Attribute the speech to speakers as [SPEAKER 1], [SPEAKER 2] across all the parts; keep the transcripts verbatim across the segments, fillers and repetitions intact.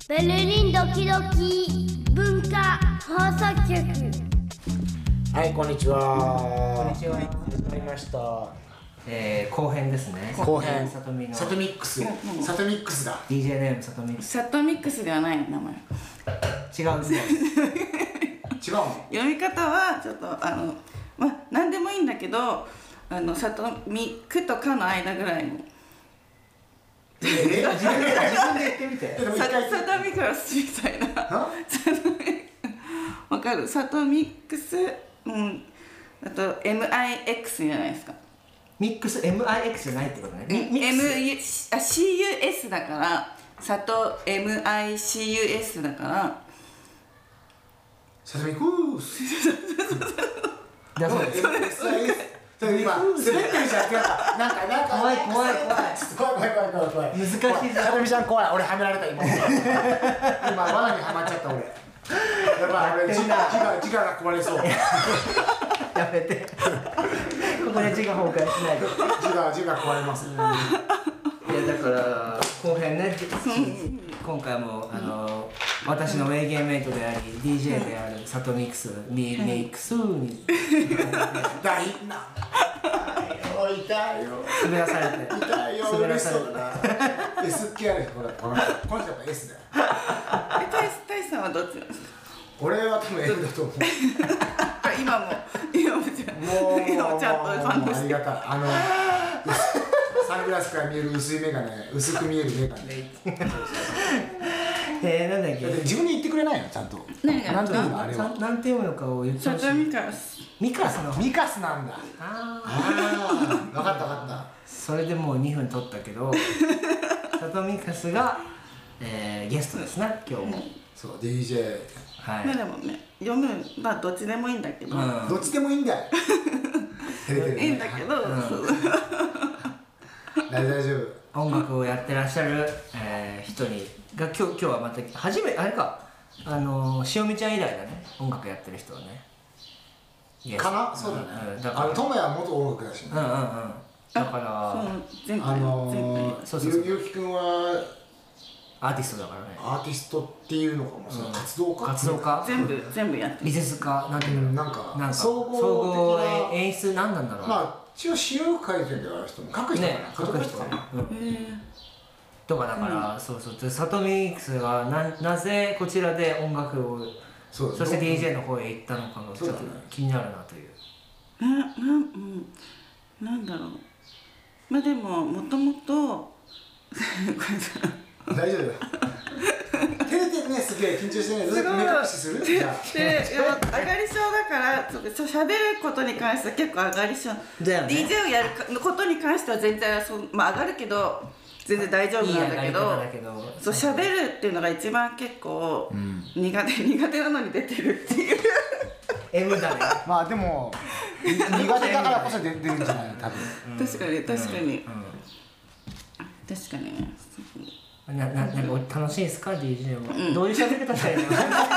[SPEAKER 1] ベルリンドキドキ文化放送局。
[SPEAKER 2] はい、こんにちは。
[SPEAKER 3] こんにちは。
[SPEAKER 2] 始まりました。
[SPEAKER 3] えー、後編ですね。
[SPEAKER 2] 後編。
[SPEAKER 3] サトミの
[SPEAKER 2] サトミックス。サトミックスだ。
[SPEAKER 3] ディージェー ネームサトミックス。
[SPEAKER 4] サトミックスではないの名前。
[SPEAKER 3] 違うんですよ。
[SPEAKER 2] 違うの。
[SPEAKER 4] 読み方はちょっとあのまあ何でもいいんだけど、あのサトミクとカの間ぐらいの。
[SPEAKER 2] えー、自分で
[SPEAKER 3] 自分で言ってみて。
[SPEAKER 4] ササトミクラスみたいな。サトミわかる？サトミックス、うん。あと エムアイエックス じゃないですか。
[SPEAKER 3] ミックス エムアイエックス じゃないってことね。
[SPEAKER 4] ミックス、あ シーユーエス だからサト エムアイシーユーエス だから
[SPEAKER 2] サトミックス。
[SPEAKER 3] だそうです。
[SPEAKER 2] それ今滑ってるじゃん。なんかなんか
[SPEAKER 3] 怖い怖い怖い。
[SPEAKER 2] 怖い怖い怖い怖い怖い。
[SPEAKER 3] 難しい。
[SPEAKER 2] サトミちゃん怖い。俺はめられた今。今罠にはまっちゃった俺。やばい俺自我自我自我が壊れそう。
[SPEAKER 3] やめて。ここで自我崩壊しないで。
[SPEAKER 2] 自我自我壊れます。
[SPEAKER 3] いやだから後編ね。今回もあの私のウェイゲーメイトであり ディージェー であるサトミックスミミックスに
[SPEAKER 2] 大な。痛いよ。
[SPEAKER 3] 滑らされて。
[SPEAKER 2] 痛いよ。
[SPEAKER 3] 滑らされて。
[SPEAKER 2] エス 系あるほらこのこの人やっぱ S だよ。
[SPEAKER 4] え、タイタイさんはどっちなんですか？
[SPEAKER 2] 俺は多分 L だと思う。
[SPEAKER 4] 今も今もじゃ
[SPEAKER 2] もう
[SPEAKER 4] 今もちゃんとファンとして
[SPEAKER 2] ありがたい。あのサングラスから見える薄い眼鏡、薄く見える眼鏡。
[SPEAKER 3] えー、なんだっけ。
[SPEAKER 2] 自分で言ってくれないのちゃんと。
[SPEAKER 4] 何が
[SPEAKER 2] なんていうのあれは。
[SPEAKER 3] なんて読むのかを言ってほしい。
[SPEAKER 4] サトミカス。
[SPEAKER 3] ミカスの。
[SPEAKER 2] ミカスなんだ。
[SPEAKER 3] ああ。
[SPEAKER 2] ああ、分かった分かった。
[SPEAKER 3] それでもうにふん取ったけど、サトミカスが、えー、ゲストですね今日も。
[SPEAKER 2] そう ディージェー。
[SPEAKER 4] まあでもね読むまあどっちでもいいんだけど。
[SPEAKER 2] どっちでもいいんだよ。
[SPEAKER 4] いいんだけど。
[SPEAKER 2] 大丈夫。
[SPEAKER 3] 音楽をやってらっしゃる、えー、人にが今日今日はまた初めあれかあのー、塩見ちゃん以来だね音楽やってる人はね。
[SPEAKER 2] かな？そうだね。あのトモヤは元音楽だしね。
[SPEAKER 3] うんうんうん。だから
[SPEAKER 4] そう前回
[SPEAKER 2] あの
[SPEAKER 3] そうそうそう。
[SPEAKER 2] ゆうきくんは
[SPEAKER 3] アーティストだからね。
[SPEAKER 2] アーティストっていうのかも、その活動家。
[SPEAKER 3] 活動家。
[SPEAKER 4] 全部全部やってる。
[SPEAKER 3] 美術家なんていうの。
[SPEAKER 2] なんか
[SPEAKER 3] なんか
[SPEAKER 2] 総合
[SPEAKER 3] 総合
[SPEAKER 2] 的な
[SPEAKER 3] 演出なんなんだろう。
[SPEAKER 2] まあ一応詩を書いてる人も書く人かな。
[SPEAKER 3] 書く人かな。とかだからそうそうサトミックスがななぜこちらで音楽をそして ディージェー の方へ行ったのかがちょっと気になるなという。
[SPEAKER 4] ななうんなんだろう。まあでももともと
[SPEAKER 2] 大丈夫だよ。照れてるね、すげえ緊張してね。ずっと目隠しする？じゃあ。
[SPEAKER 4] で、上がり症だからそう喋ることに関しては結構上がり症。
[SPEAKER 3] だよね。
[SPEAKER 4] ディージェー をやることに関しては全然そうまあ上がるけど全然大丈夫なんだけど、そう喋るっていうのが一番結構苦手苦手なのに出てるっていう。
[SPEAKER 3] M だね。
[SPEAKER 2] まあでも苦手だからこそ出てるんじゃないの多分。
[SPEAKER 4] 確かに確かに確かにね。
[SPEAKER 3] なななんか楽しいですか ディージェー は。どういう喋り方したらいいの？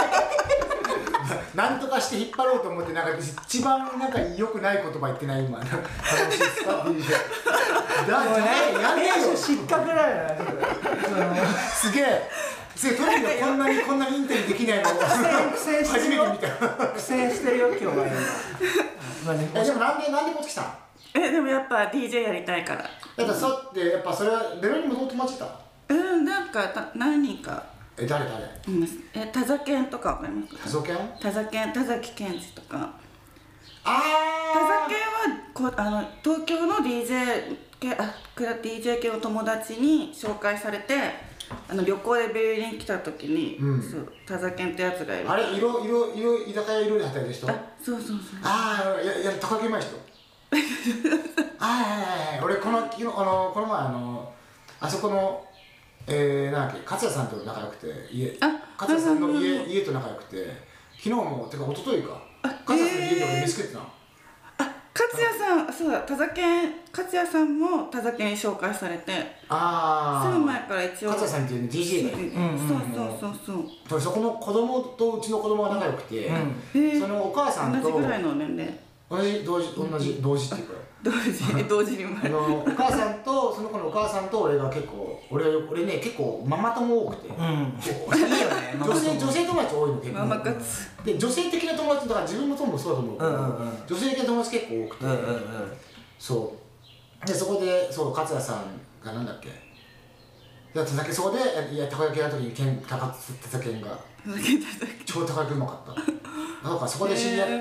[SPEAKER 2] なんとかして引っ張ろうと思ってなんか一番なんか良くない言葉言ってない今。楽しいですか ディージェー。だじゃやめよ。
[SPEAKER 3] 失格だよね。
[SPEAKER 2] すげえ。すげえトリがこんなにこんなにインタビューできないのを初めて見た。
[SPEAKER 3] 苦戦してるよ今日は。
[SPEAKER 2] えでもなんでなんで持ってきたの？
[SPEAKER 4] えでもやっぱ ディージェー やりたいから。
[SPEAKER 2] やっぱそうってやっぱそれはベロにも友達だ。
[SPEAKER 4] うんなんかた何人か。
[SPEAKER 2] え誰誰？
[SPEAKER 4] います。え田崎健とかわかりますか？
[SPEAKER 2] 田崎健？
[SPEAKER 4] 田崎健田崎健二とか。
[SPEAKER 2] あ
[SPEAKER 4] 田
[SPEAKER 2] あ。
[SPEAKER 4] 崎健はこあの東京の ディージェー 系あディージェー 系の友達に紹介されてあの旅行でベルリン来た時に、うん、そう田崎健ってやつがいる。
[SPEAKER 2] あれ色色色居酒屋色で働いてる人？
[SPEAKER 4] あそうそうそう。
[SPEAKER 2] ああやや高木うまい人。ああ俺この昨日あのこの前あのあそこのえー、なんだっけ勝也さんと仲良くて家勝也さんの家家と仲良くて昨日もてか一昨日か勝也さんの家で俺飯食ってたの。
[SPEAKER 4] 勝也さんそうだ田崎健勝也さんも田崎健に紹介されて
[SPEAKER 2] ああ
[SPEAKER 4] すぐ前から一応
[SPEAKER 2] 勝也さんっていうの ディージェー がいる。
[SPEAKER 4] そうそうそうそう
[SPEAKER 2] そこの子供とうちの子供が仲良くて、うん、そのお母さんと
[SPEAKER 4] 同じぐらいの年齢
[SPEAKER 2] 同じ同時同じ同時っていうか
[SPEAKER 4] 同時同時に生まれ
[SPEAKER 2] あのお母さんとその子のお母さんと俺が結構俺俺ね結構ママ友多くて、
[SPEAKER 3] うん、いいよね
[SPEAKER 2] 女性女性友達多いの結構
[SPEAKER 4] ママ活
[SPEAKER 2] で女性的な友達だから自分の友もそうだと思うけど、
[SPEAKER 3] うんうんうん、
[SPEAKER 2] 女性的な友達結構多くて、
[SPEAKER 3] うんうんうん、
[SPEAKER 2] そうでそこでそう勝也さんがなんだっけでたたけそこでいやたこ焼きやるときに剣たかたたけんが超たこ焼きうまかっただからそこで知り合って、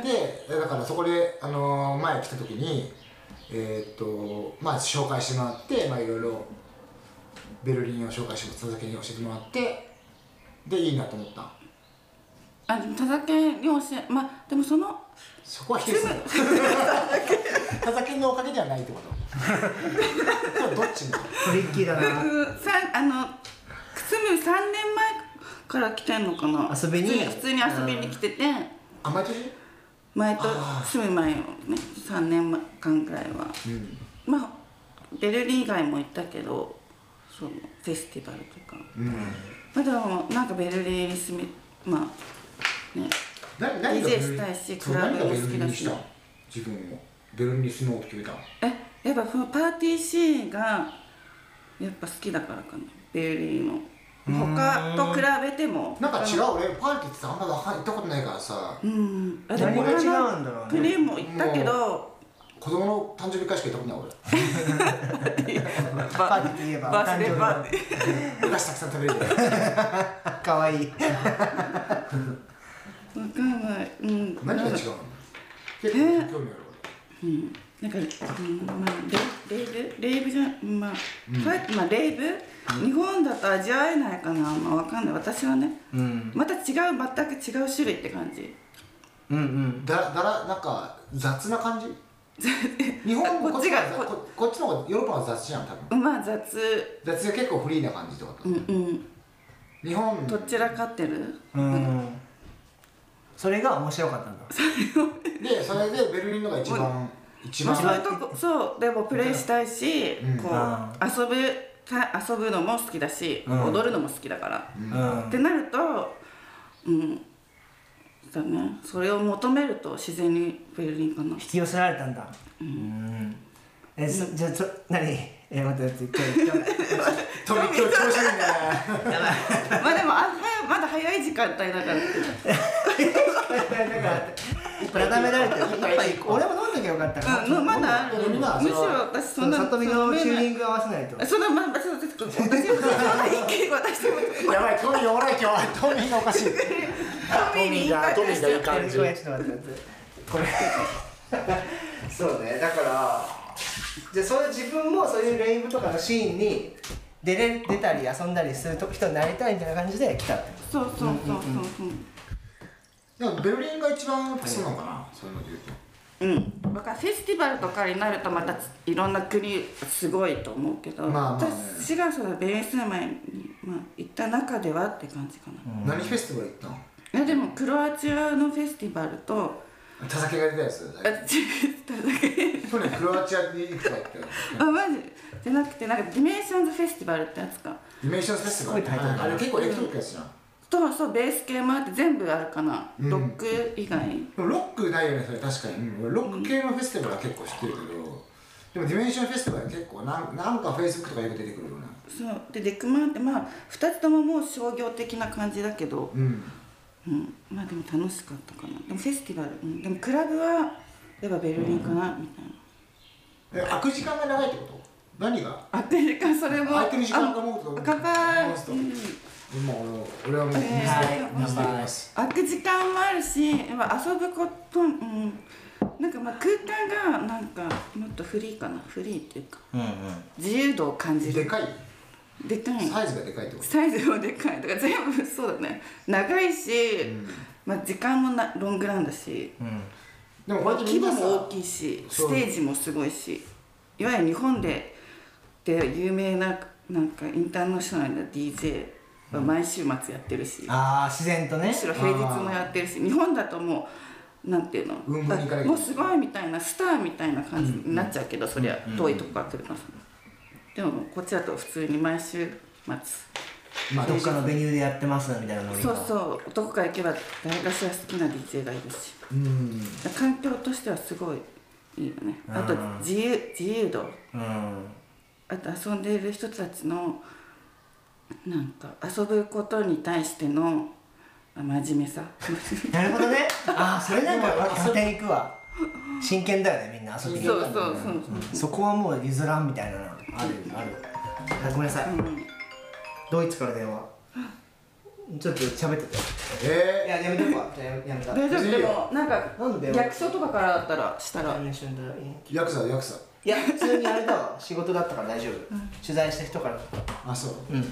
[SPEAKER 2] だからそこで、あのー、前来た時にえー、っとまあ紹介してもらってまあいろいろベルリンを紹介して佐々木に教えてもらってでいいなと思った
[SPEAKER 4] あでも田崎に教えまあでもその
[SPEAKER 2] そこは否定する田崎のおかげではないってことどっちの
[SPEAKER 3] トリッキーだな
[SPEAKER 4] さあの住むさんねんまえから来てんのかな
[SPEAKER 3] 遊びに
[SPEAKER 4] 普通に遊びに来てて、
[SPEAKER 2] あ毎年
[SPEAKER 4] 前と住む前をねさんねんかんくらいは、うん、まあベルリン以外も行ったけどそのフェスティバルとか、うん、まあでもなんかベルリンに住みまあね ディージェー したいしクラブも好きだし
[SPEAKER 2] 自分もベルリンに住もうと決めたの
[SPEAKER 4] えやっぱパーティーシーンがやっぱ好きだからかなベルリンの他と比べても
[SPEAKER 2] なんか違う俺パーティーってあんま行ったことないからさ
[SPEAKER 4] うん
[SPEAKER 3] 何が違うんだろうね
[SPEAKER 4] 国も行ったけど
[SPEAKER 2] 子供の誕生日会しか行ったことない俺
[SPEAKER 3] パーティーって言えば
[SPEAKER 4] バースデーパーティー
[SPEAKER 2] お菓子たくさん食べれる
[SPEAKER 3] かわいい
[SPEAKER 4] わかんない、うん、
[SPEAKER 2] 何が違うの結構興味ある
[SPEAKER 4] 俺、うん、なんか、うんまあ、レ, レイブレイブじゃまあ、うんまあ、レイブ、うん、日本だと味わえないかな、まあ、わかんない私はね、うん、また違う全く違う種類って感じ
[SPEAKER 3] うんうん
[SPEAKER 2] だだらなんか雑な感じ日本こっちがここっちの方がヨーロッパは雑じゃん多分
[SPEAKER 4] まあ雑
[SPEAKER 2] 雑で結構フリーな感じってこと
[SPEAKER 4] うんうん
[SPEAKER 2] 日本
[SPEAKER 4] どちらかってる
[SPEAKER 3] うん、うんそれが面白かったんだ
[SPEAKER 2] でそれでベルリンのが一番一番
[SPEAKER 4] そういうとこそうでもプレイしたいし、うん、こう遊ぶ遊ぶのも好きだし、うん、踊るのも好きだから、うん、ってなるとうんだねそれを求めると自然にベルリンかな
[SPEAKER 3] 引き寄せられたんだうんうんえそじゃあそ何え待って待って今日今日
[SPEAKER 2] トミ今日調子いいね
[SPEAKER 4] まあでもあまだ早い時間帯だから
[SPEAKER 3] 改められてる俺も飲んだきゃよかったから、
[SPEAKER 4] うん、まだあるむしろ私そんな
[SPEAKER 3] 里見のチューニング合わせないと
[SPEAKER 4] そんなまあそうです私も一気に渡しても
[SPEAKER 2] やばいトミーおらい今日トミーがおかしいトミーがトミーがいい感じ
[SPEAKER 3] ちょっと待って待ってこれそうねだからじゃあそういう自分もそういうレイブとかのシーンに出れ出たり遊んだりする人になりたいみたいな感じで来たって
[SPEAKER 4] そうそうそうそう、うんうんうん、
[SPEAKER 2] でもベルリンが一番そうなのかな、はい、そういうので言う
[SPEAKER 4] とうんだからフェスティバルとかになるとまたいろんな国すごいと思うけど、まあまあね、私がそのベルリン住む前に、まあ、行った中ではって感じかな、
[SPEAKER 2] うん、何フェスティバル行ったの？
[SPEAKER 4] いやでもクロアチアのフェスティバルと
[SPEAKER 2] 田崎が出たやつ
[SPEAKER 4] あ、違う、田崎
[SPEAKER 2] 去年クロアチアに行くとか言って
[SPEAKER 4] あ、マジじゃなくて、なんかディメーションズフェスティバルってやつか
[SPEAKER 2] ディメーションズフェスティバルってあれ結構エレクトリックやつじゃん
[SPEAKER 4] そうそう、ベース系もあって全部あるかな、うん、ロック以外
[SPEAKER 2] ロックないよね、それ確かに、うん、ロック系のフェスティバルは結構知ってるけど、うん、でもディメーションフェスティバルは結構なんなんかフェイスブックとかよく出てくるよね
[SPEAKER 4] そうでデクマンってまあふたつとももう商業的な感じだけどうんうん、まあでも楽しかったかなでもフェスティバル、うん、でもクラブはやっぱベルリンかな、うん、みたいな
[SPEAKER 2] え、開く時間が長いってこと？何が？
[SPEAKER 4] 開く時間、それも
[SPEAKER 2] 開く時間がもう
[SPEAKER 4] 乾杯、うん、
[SPEAKER 2] 今俺はもう水で水でいます。
[SPEAKER 4] 開く時間もあるし、やっぱ遊ぶこと、うん、なんかまあ空間がなんかもっとフリーかな、フリーっていうか、うんうん、自由度を感じる。
[SPEAKER 2] でかい？
[SPEAKER 4] でかい。
[SPEAKER 2] サイズがでかいってこと？
[SPEAKER 4] サイズもでかい。だから全部そうだね。長いし、うん、まあ時間もなロングランだし、うん、
[SPEAKER 2] でもこうやって
[SPEAKER 4] 規模も大きいし、ステージもすごいし、いわゆる日本でで有名ななんかインターナショナルな ディージェー は毎週末やってるし、うん、
[SPEAKER 3] ああ自然とね。
[SPEAKER 4] むしろ平日もやってるし、日本だともうなんていうの、
[SPEAKER 2] うん、も
[SPEAKER 4] うすごいみたいなスターみたいな感じになっちゃうけど、うん、そりゃ遠いとこから来るからさ。でもこっちだと普通に毎週末
[SPEAKER 2] まあ
[SPEAKER 3] どっかのベニューでやってますみたいなノリが。
[SPEAKER 4] そうそうどこか行けば誰かしら好きな ディージェー がいるし、
[SPEAKER 2] うん
[SPEAKER 4] 環境としてはすごいいいよね。あと
[SPEAKER 3] うん
[SPEAKER 4] 自由自由度、
[SPEAKER 3] うん
[SPEAKER 4] あと遊んでいる人たちのなんか遊ぶことに対してのあ真面目さ
[SPEAKER 3] なるほどね。あーそれなんか勝手に行くわ。真剣だよねみんな遊びに。
[SPEAKER 4] そうそうそうそう、
[SPEAKER 3] そこはもう譲らんみたいなのあるある。あごめんなさい。
[SPEAKER 4] うん
[SPEAKER 3] ドイツから電話。ちょっと喋ってて。い
[SPEAKER 2] え
[SPEAKER 3] ややめとくわ。じゃあやめた。
[SPEAKER 4] 大丈夫。でもなんか
[SPEAKER 3] なんで
[SPEAKER 4] 逆走とかからだったらしたら
[SPEAKER 2] ー、ヤクザヤクザ
[SPEAKER 3] いや普通にあれだわ。仕事だったから大丈夫。取材した人からだった。
[SPEAKER 2] あそう
[SPEAKER 3] うん。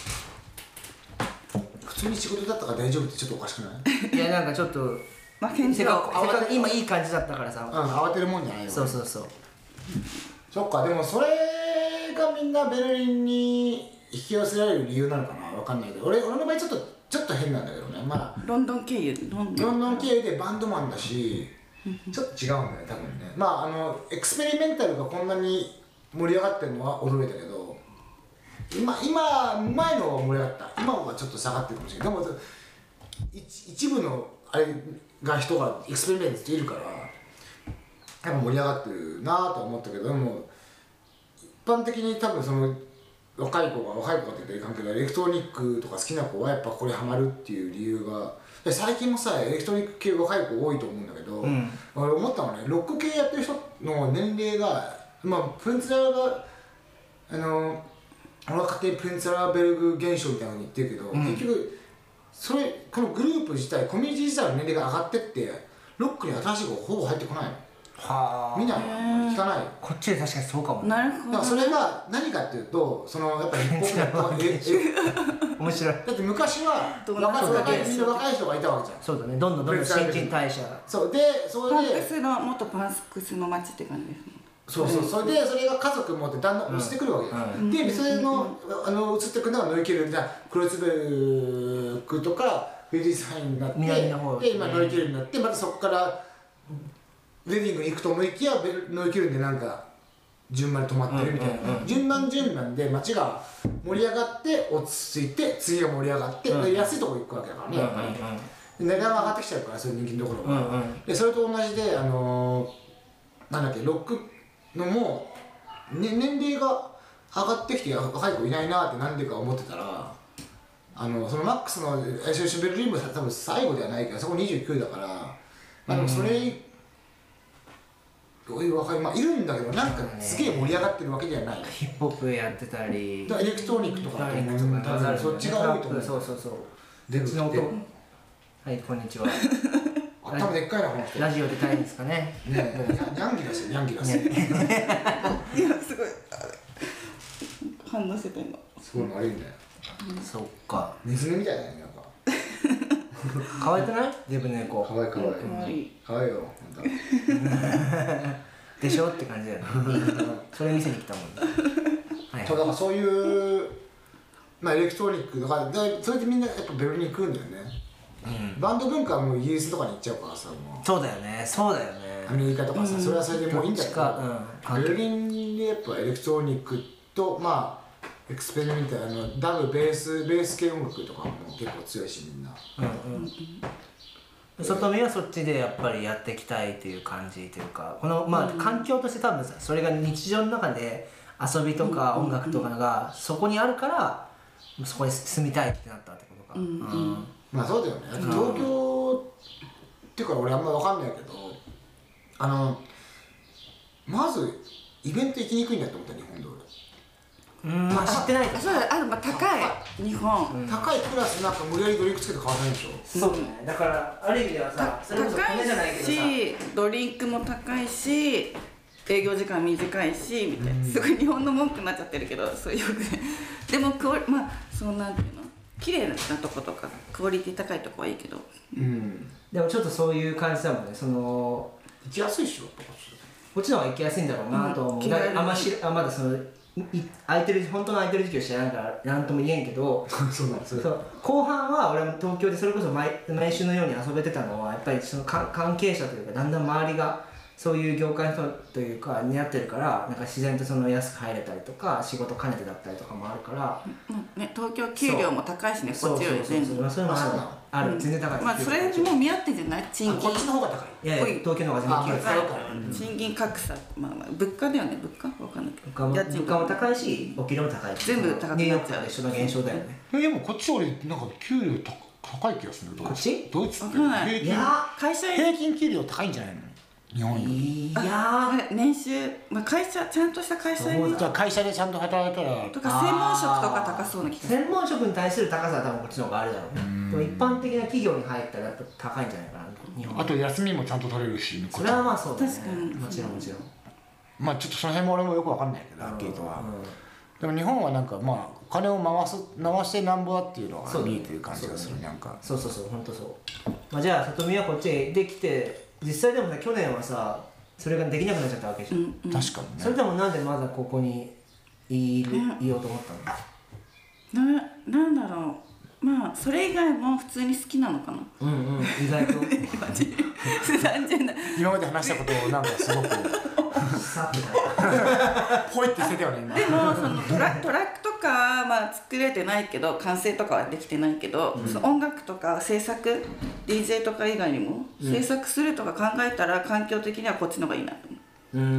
[SPEAKER 2] 普通に仕事だったから大丈夫ってちょっとおかしくない
[SPEAKER 3] いやなんかちょっと
[SPEAKER 4] まあ返
[SPEAKER 3] せ
[SPEAKER 4] 事は
[SPEAKER 3] っかくせっかく今いい感じだったからさ。
[SPEAKER 2] うん慌てるもんじゃないよ
[SPEAKER 3] そうそうそう。
[SPEAKER 2] そっかでもそれがみんなベルリンに引き寄せられる理由なのかなわかんないけど俺俺の場合ちょっとちょっと変なんだけどねまあ
[SPEAKER 4] ロンドン経由ロンドン
[SPEAKER 2] ロンドン経由でバンドマンだしちょっと違うんだよ多分ねまああのエクスペリメンタルがこんなに盛り上がってるのは驚いたけど今今前のは盛り上がった今はちょっと下がってるかもしれないでも一一部のあれが人がエクスペリメントっているからやっぱ盛り上がってるなぁとは思ったけどでも一般的に多分その若い子が若い子がって言ったらいかんけどエレクトロニックとか好きな子はやっぱこれハマるっていう理由がで最近もさエレクトロニック系若い子多いと思うんだけど、うん、俺思ったのねロック系やってる人の年齢がまあプンツラがあの俺は勝手にプンツラベルグ現象みたいなのに言ってるけど、うん、結局それこのグループ自体コミュニティ自体の年齢が上がってってロックに新しい子がほぼ入ってこないの。
[SPEAKER 3] はあ。
[SPEAKER 2] 見ない聞かない
[SPEAKER 3] こっちで確かにそうかも。
[SPEAKER 4] なるほど。
[SPEAKER 2] だからそれが何かっていうとそのやっぱりヒップホップと
[SPEAKER 3] 面白い。
[SPEAKER 2] だって昔は若いみんな若い人がいたわけじゃん。
[SPEAKER 3] そうだねどんどんどんどん新陳代謝。
[SPEAKER 2] そうでそれで
[SPEAKER 4] パンクスの元パンクスの街って感じですね。
[SPEAKER 2] そうそうそれでそれが家族持ってだんだん落ちてくるわけよ、うん、でそれのあの移ってくるのが乗り切るじゃあクロイツベルクとかフィディサインになって
[SPEAKER 3] 南の方
[SPEAKER 2] で今乗り切るになってまたそこからウェディングに行くと思いきや乗り切るんでなんか順番に止まってるみたいな、うんうんうん、順番順番で街が盛り上がって落ち着いて次が盛り上がって、うん、安いとこ行くわけだからね、やっぱり、うんうん、値段が上がってきちゃうからそういう人気のところが、うんうん、でそれと同じであのー、なんだっけロックのもう、ね、年齢が上がってきて若い子いないなって何でか思ってたらあのそのマックスのシュシュベルリンも多分最後ではないけどそこにじゅうきゅうだから、まあ、でもそれ、うん、どういう若いまあいるんだけどなんかすげえ盛り上がってるわけじゃない。
[SPEAKER 3] ヒップホップやってたり
[SPEAKER 2] エレクトロニックとかだと思う多分そっちが多いと思う。
[SPEAKER 3] そうそうそう
[SPEAKER 2] でうちの音
[SPEAKER 3] はいこんにちは
[SPEAKER 2] 頭でっかいなこの人。
[SPEAKER 3] ラジオ出たいんですかね。
[SPEAKER 2] ねえ、ヤンギラスよヤンギラス。
[SPEAKER 4] いやすごい反応してた今。
[SPEAKER 2] すごい悪いんだよ。
[SPEAKER 3] そっか。
[SPEAKER 2] ネズミみたいだねなんか。
[SPEAKER 3] 可愛くない？デブ猫。
[SPEAKER 2] 可愛い可愛い。
[SPEAKER 4] 可愛い。
[SPEAKER 2] 可愛いよ本当。
[SPEAKER 3] でしょって感じだよね。それ見せに来たもん。
[SPEAKER 2] はい。そうだからそういうまあエレクトロニックだからそれでみんなやっぱベルリンに来るんだよね。うん、バンド文化はもうイギリスとかに行っちゃうからさもう
[SPEAKER 3] そうだよねそうだよね
[SPEAKER 2] アメリカとかさ、うん、それはそれでもういいんだけど、
[SPEAKER 3] うん、
[SPEAKER 2] ベルリンでやっぱエレクトロニックとまあエクスペリメンタルのダブベースベース系音楽とかも結構強いしみんな、うん
[SPEAKER 3] うん、外見はそっちでやっぱりやっていきたいという感じというかこのまあ環境として多分さそれが日常の中で遊びとか音楽とかがそこにあるからそこに住みたいってなったってことか、うんうん
[SPEAKER 2] まあそうだよね、東京っていうか俺あんま分かんないけどあのまずイベント行きにくいんだと思った日本で
[SPEAKER 3] 俺うんまあ知ってない
[SPEAKER 4] そうだあとまあ高い日本、
[SPEAKER 2] うん、高いプラスなんか無理やりドリンクつけて買わないでしょ。
[SPEAKER 3] そうねだからある意味ではさそれこそ米じゃないけどさ
[SPEAKER 4] 高いしドリンクも高いし営業時間短いしみたいな、うん、すごい日本の文句になっちゃってるけどそういうでもクオリまあそうなんていうの綺麗なとことかクオリティ高いとこはいいけど、
[SPEAKER 3] うん、でもちょっとそういう感じだもんねその
[SPEAKER 2] 行きやすいっしょ
[SPEAKER 3] こっちの方が行きやすいんだろうなと思う、うん、あんましあまだその空いてる本当の空いてる時期を知らないから何とも言えんけど
[SPEAKER 2] そうなんです
[SPEAKER 3] そう後半は俺も東京でそれこそ 毎, 毎週のように遊べてたのはやっぱりそのか関係者というかだんだん周りがそういう業界の人というか似合ってるからなんか自然とその安く入れたりとか仕事兼ねてだったりとかもあるから、
[SPEAKER 4] うんね、東京給料も高いしね、こっちより全然。
[SPEAKER 3] そうそうそうそう、そういうのもある、ある、
[SPEAKER 4] うん、
[SPEAKER 3] 全然高い。
[SPEAKER 4] まあそれも見合ってんじゃない？賃金。
[SPEAKER 2] こっちの方が高い。
[SPEAKER 3] いやいや、東京の方が全然
[SPEAKER 2] 高いから。
[SPEAKER 4] 賃金格差、まあまあ物価だよね、物価わかんないけど。
[SPEAKER 3] 物価も物価も高いし、お給料も高い。
[SPEAKER 4] 全部高くなっちゃう。
[SPEAKER 3] ニューヨークと一緒の現象だよね。
[SPEAKER 2] でもこっちよりなんか給料高い気がする。
[SPEAKER 3] こっち？
[SPEAKER 2] ドイツって
[SPEAKER 4] わかんない。
[SPEAKER 2] 平均
[SPEAKER 3] いや
[SPEAKER 4] 会社
[SPEAKER 2] 平均給料高いんじゃないの？日本より。
[SPEAKER 3] いや
[SPEAKER 4] ー年収、まあ、会社ちゃんとした会社に
[SPEAKER 2] じゃあ会社でちゃんと働いたら
[SPEAKER 4] とか専門職とか高そうな気がする。
[SPEAKER 3] 専門職に対する高さは多分こっちの方があるだろうね。でも一般的な企業に入ったらやっぱ高いんじゃないかな、日本。
[SPEAKER 2] あと休みもちゃんと取れるし、
[SPEAKER 3] それはまあそうだね。
[SPEAKER 4] 確かに
[SPEAKER 3] もちろんもちろん。
[SPEAKER 2] まあちょっとその辺も俺もよくわかんないけど、はっきりとは。でも日本はなんかまあお金を回す回してなんぼだっていうのが見えてる感じがする、なんか。
[SPEAKER 3] そうそうそう、本当そう。まあじゃあ里見はこっちへできて、実際でもね去年はさそれができなくなっちゃったわけじゃん。
[SPEAKER 4] うんうん、
[SPEAKER 2] 確かにね。
[SPEAKER 3] それでもなんでまだここにいる、いようと思った
[SPEAKER 4] な、なんだろう、まあそれ以外も普通に好きなのかな。
[SPEAKER 3] の？うんうん、意外と
[SPEAKER 4] 単純な
[SPEAKER 2] 今まで話したことをなんかすごく
[SPEAKER 3] さってた
[SPEAKER 2] ポイって捨てたよね今。
[SPEAKER 4] でもそのトラトラックとか、まあ、作れてないけど完成とかはできてないけど、うん、その音楽とか制作 ディージェー とか以外にも、うん、制作するとか考えたら環境的にはこっちの方がいいなと思う。うん、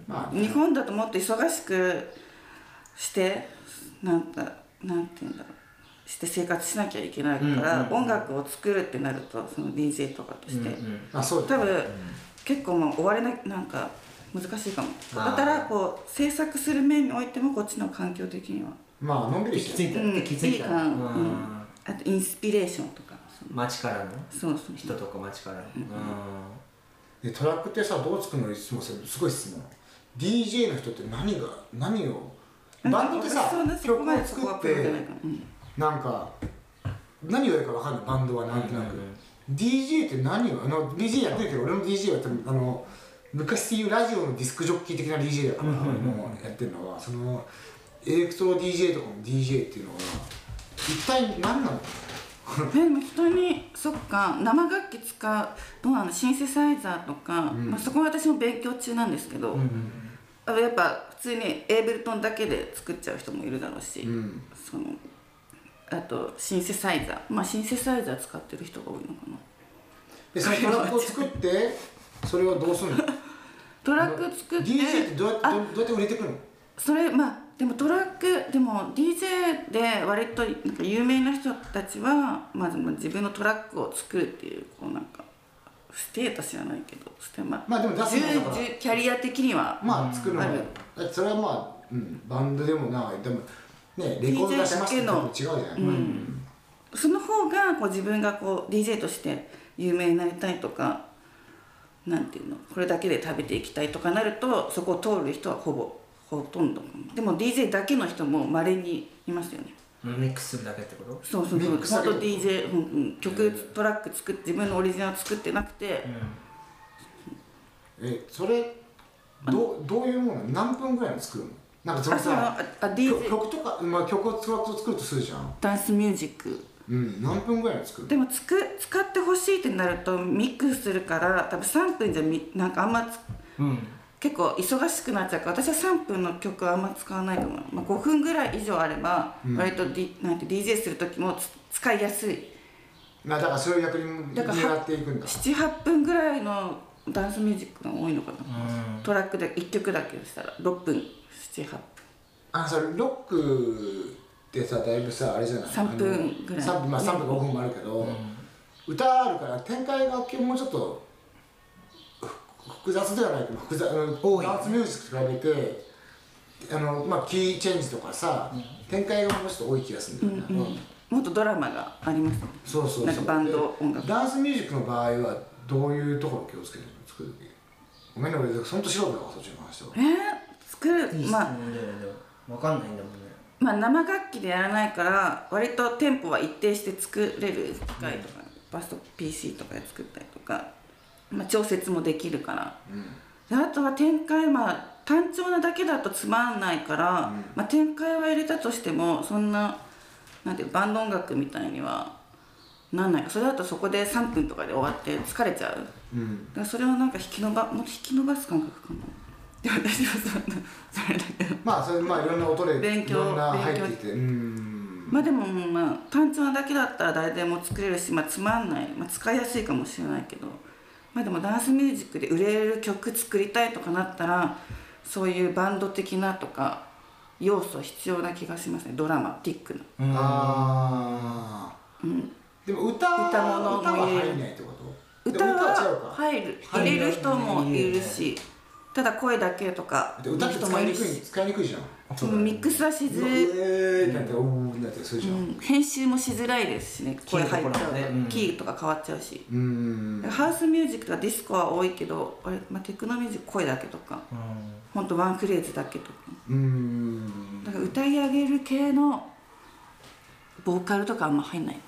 [SPEAKER 4] まあ、日本だともっと忙しくしてなんかなんていうんだろうして生活しなきゃいけないから、うんうん、音楽を作るってなるとその ディージェー とかとして、うんうん、あそう多分、うん、結構もう終われないなんか難しいかも。だからこう制作する面においてもこっちの環境的には
[SPEAKER 2] まあのんびりして
[SPEAKER 3] きついたって気づいた、
[SPEAKER 4] うん、いいか、うん、あとインスピレーションとか
[SPEAKER 3] 街からの
[SPEAKER 4] そうそう
[SPEAKER 3] 人とか街からの、
[SPEAKER 2] うん、でトラックってさどう作るのいつもすごい質問。 ディージェー の人って何が何をバンドってさ曲を作ってなんか何をやるか分かんないバンドはなんとなく、うんうん、ディージェー って何をあの ディージェー やってるけど俺の ディージェー は多分あの昔っていうラジオのディスクジョッキー的な ディージェー だから、うんうんうん、もうやってるのはそのエレクトロ ディージェー とかも ディージェー っていうのは一体何なの？
[SPEAKER 4] でも人にそっか生楽器使うどうなのシンセサイザーとか、うんまあ、そこは私も勉強中なんですけど、うんうん、やっぱ普通にエイブルトンだけで作っちゃう人もいるだろうし、うん、そのあとシンセサイザーまあシンセサイザー使ってる人が多いのかな。
[SPEAKER 2] でそのトラックを作ってそれはどうするの？
[SPEAKER 4] トラック作って
[SPEAKER 2] ディージェー ってどうやってどうやって売れてくるの？それ
[SPEAKER 4] まあでもトラックでも ディージェー で割となんか有名な人たちはまず自分のトラックを作るっていうこうなんかステータスじゃないけどステマ
[SPEAKER 2] まあでも出すのだから
[SPEAKER 4] キャリア的には
[SPEAKER 2] まあ作るのはそれはまあ、うん、バンドでもなでもねレコード出しますって違うじゃない、うんうん、
[SPEAKER 4] その方がこう自分がこう ディージェー として有名になりたいとかなんていうのこれだけで食べていきたいとかなるとそこを通る人はほぼほとんどでも ディージェー だけの人も稀にいますよね。
[SPEAKER 3] ミックスするだけってこと？
[SPEAKER 4] そうそうそう本当 ディージェー、うん、曲トラック作って自分のオリジナル作ってなくて、
[SPEAKER 2] うん、えそれどどういうもの何分ぐらいの作るの？なんかそのさ
[SPEAKER 4] ああ ディージェー
[SPEAKER 2] 曲とか、まあ、曲をトラックを作るとするじゃん
[SPEAKER 4] ダンスミュージック
[SPEAKER 2] うん何分ぐらいの作る？
[SPEAKER 4] でもつく使ってほしいってなるとミックスするから多分さんぷんじゃみなんかあんまつ、うん結構忙しくなっちゃうから私はさんぷんの曲はあんま使わないと思う、まあ、ごふんぐらい以上あれば割と、D なんて ディージェー する時も使いやすい。
[SPEAKER 2] まあだからそれを逆に狙っていくんだ。
[SPEAKER 4] ななはっぷんぐらいのダンスミュージックが多いのかな、うん、トラックでいっきょくだけしたらろっぷんななはっぷん
[SPEAKER 2] あそれロックってさだいぶさあれじゃない
[SPEAKER 4] さんぷんぐらい
[SPEAKER 2] さんぷんまあさんぷんごふんもあるけど、うん、歌あるから展開がもうちょっと複雑ではないけど複雑多いダンスミュージックと比べてあの、まあ、キーチェンジとかさ、うん、展開がもうちょっと多い気がするんだよね、うんうん、
[SPEAKER 4] もっとドラマがありますね。
[SPEAKER 2] そうそうそう
[SPEAKER 4] なんかバンド音楽
[SPEAKER 2] ダンスミュージックの場合はどういうところを気をつけて作る時ごめんね俺そんと素人だからそっちの話は
[SPEAKER 4] えー、作る
[SPEAKER 3] いい
[SPEAKER 4] まあ
[SPEAKER 3] 分かんないんだもんね
[SPEAKER 4] まあ生楽器でやらないから割とテンポは一定して作れる機械とか、うん、バスト ピーシー とかで作ったりとかまあ、調節もできるから、うん、であとは展開まあ単調なだけだとつまんないから、うんまあ、展開は入れたとしてもそんななんていうバンド音楽みたいにはなんない。それだとそこでさんぷんとかで終わって疲れちゃう。
[SPEAKER 2] うん
[SPEAKER 4] だからそれをなんか引き伸ばもっと引き伸ばす感覚かな。で私はそんなそれだけど。
[SPEAKER 2] まあそれまあいろんな音で
[SPEAKER 4] 勉強
[SPEAKER 2] いろんな入
[SPEAKER 4] 勉強
[SPEAKER 2] ってきてうん
[SPEAKER 4] まあでもまあ単調なだけだったら誰でも作れるし、まあ、つまんない、まあ、使いやすいかもしれないけど、まあでもダンスミュージックで売れる曲作りたいとかなったらそういうバンド的なとか要素必要な気がしますね。ドラマティックな。
[SPEAKER 3] うん
[SPEAKER 2] ああ
[SPEAKER 4] うん
[SPEAKER 2] でも歌
[SPEAKER 4] 歌物も
[SPEAKER 2] 歌は
[SPEAKER 4] 入れる
[SPEAKER 2] 入んないってこと
[SPEAKER 4] 歌
[SPEAKER 2] でもは違う
[SPEAKER 4] は
[SPEAKER 2] か
[SPEAKER 4] 入る入れる人もいるし、ただ声だけとか
[SPEAKER 2] で歌って使いにくい使いにくいじゃん
[SPEAKER 4] うんミックスはしづ
[SPEAKER 2] う
[SPEAKER 4] らい、
[SPEAKER 2] えーってなっておーってなってそうじゃん
[SPEAKER 4] うん、編集もしづらいですしね。声入っちゃうと
[SPEAKER 3] キーのところもねうん
[SPEAKER 4] キーとか変わっちゃうし、
[SPEAKER 2] うん
[SPEAKER 4] ハウスミュージックとかディスコは多いけどあれ、まあ、テクノミュージック声だけとか
[SPEAKER 3] うん
[SPEAKER 4] ほんとワンフレーズだけとか
[SPEAKER 2] うん
[SPEAKER 4] だから歌い上げる系のボーカルとかあんま入んない。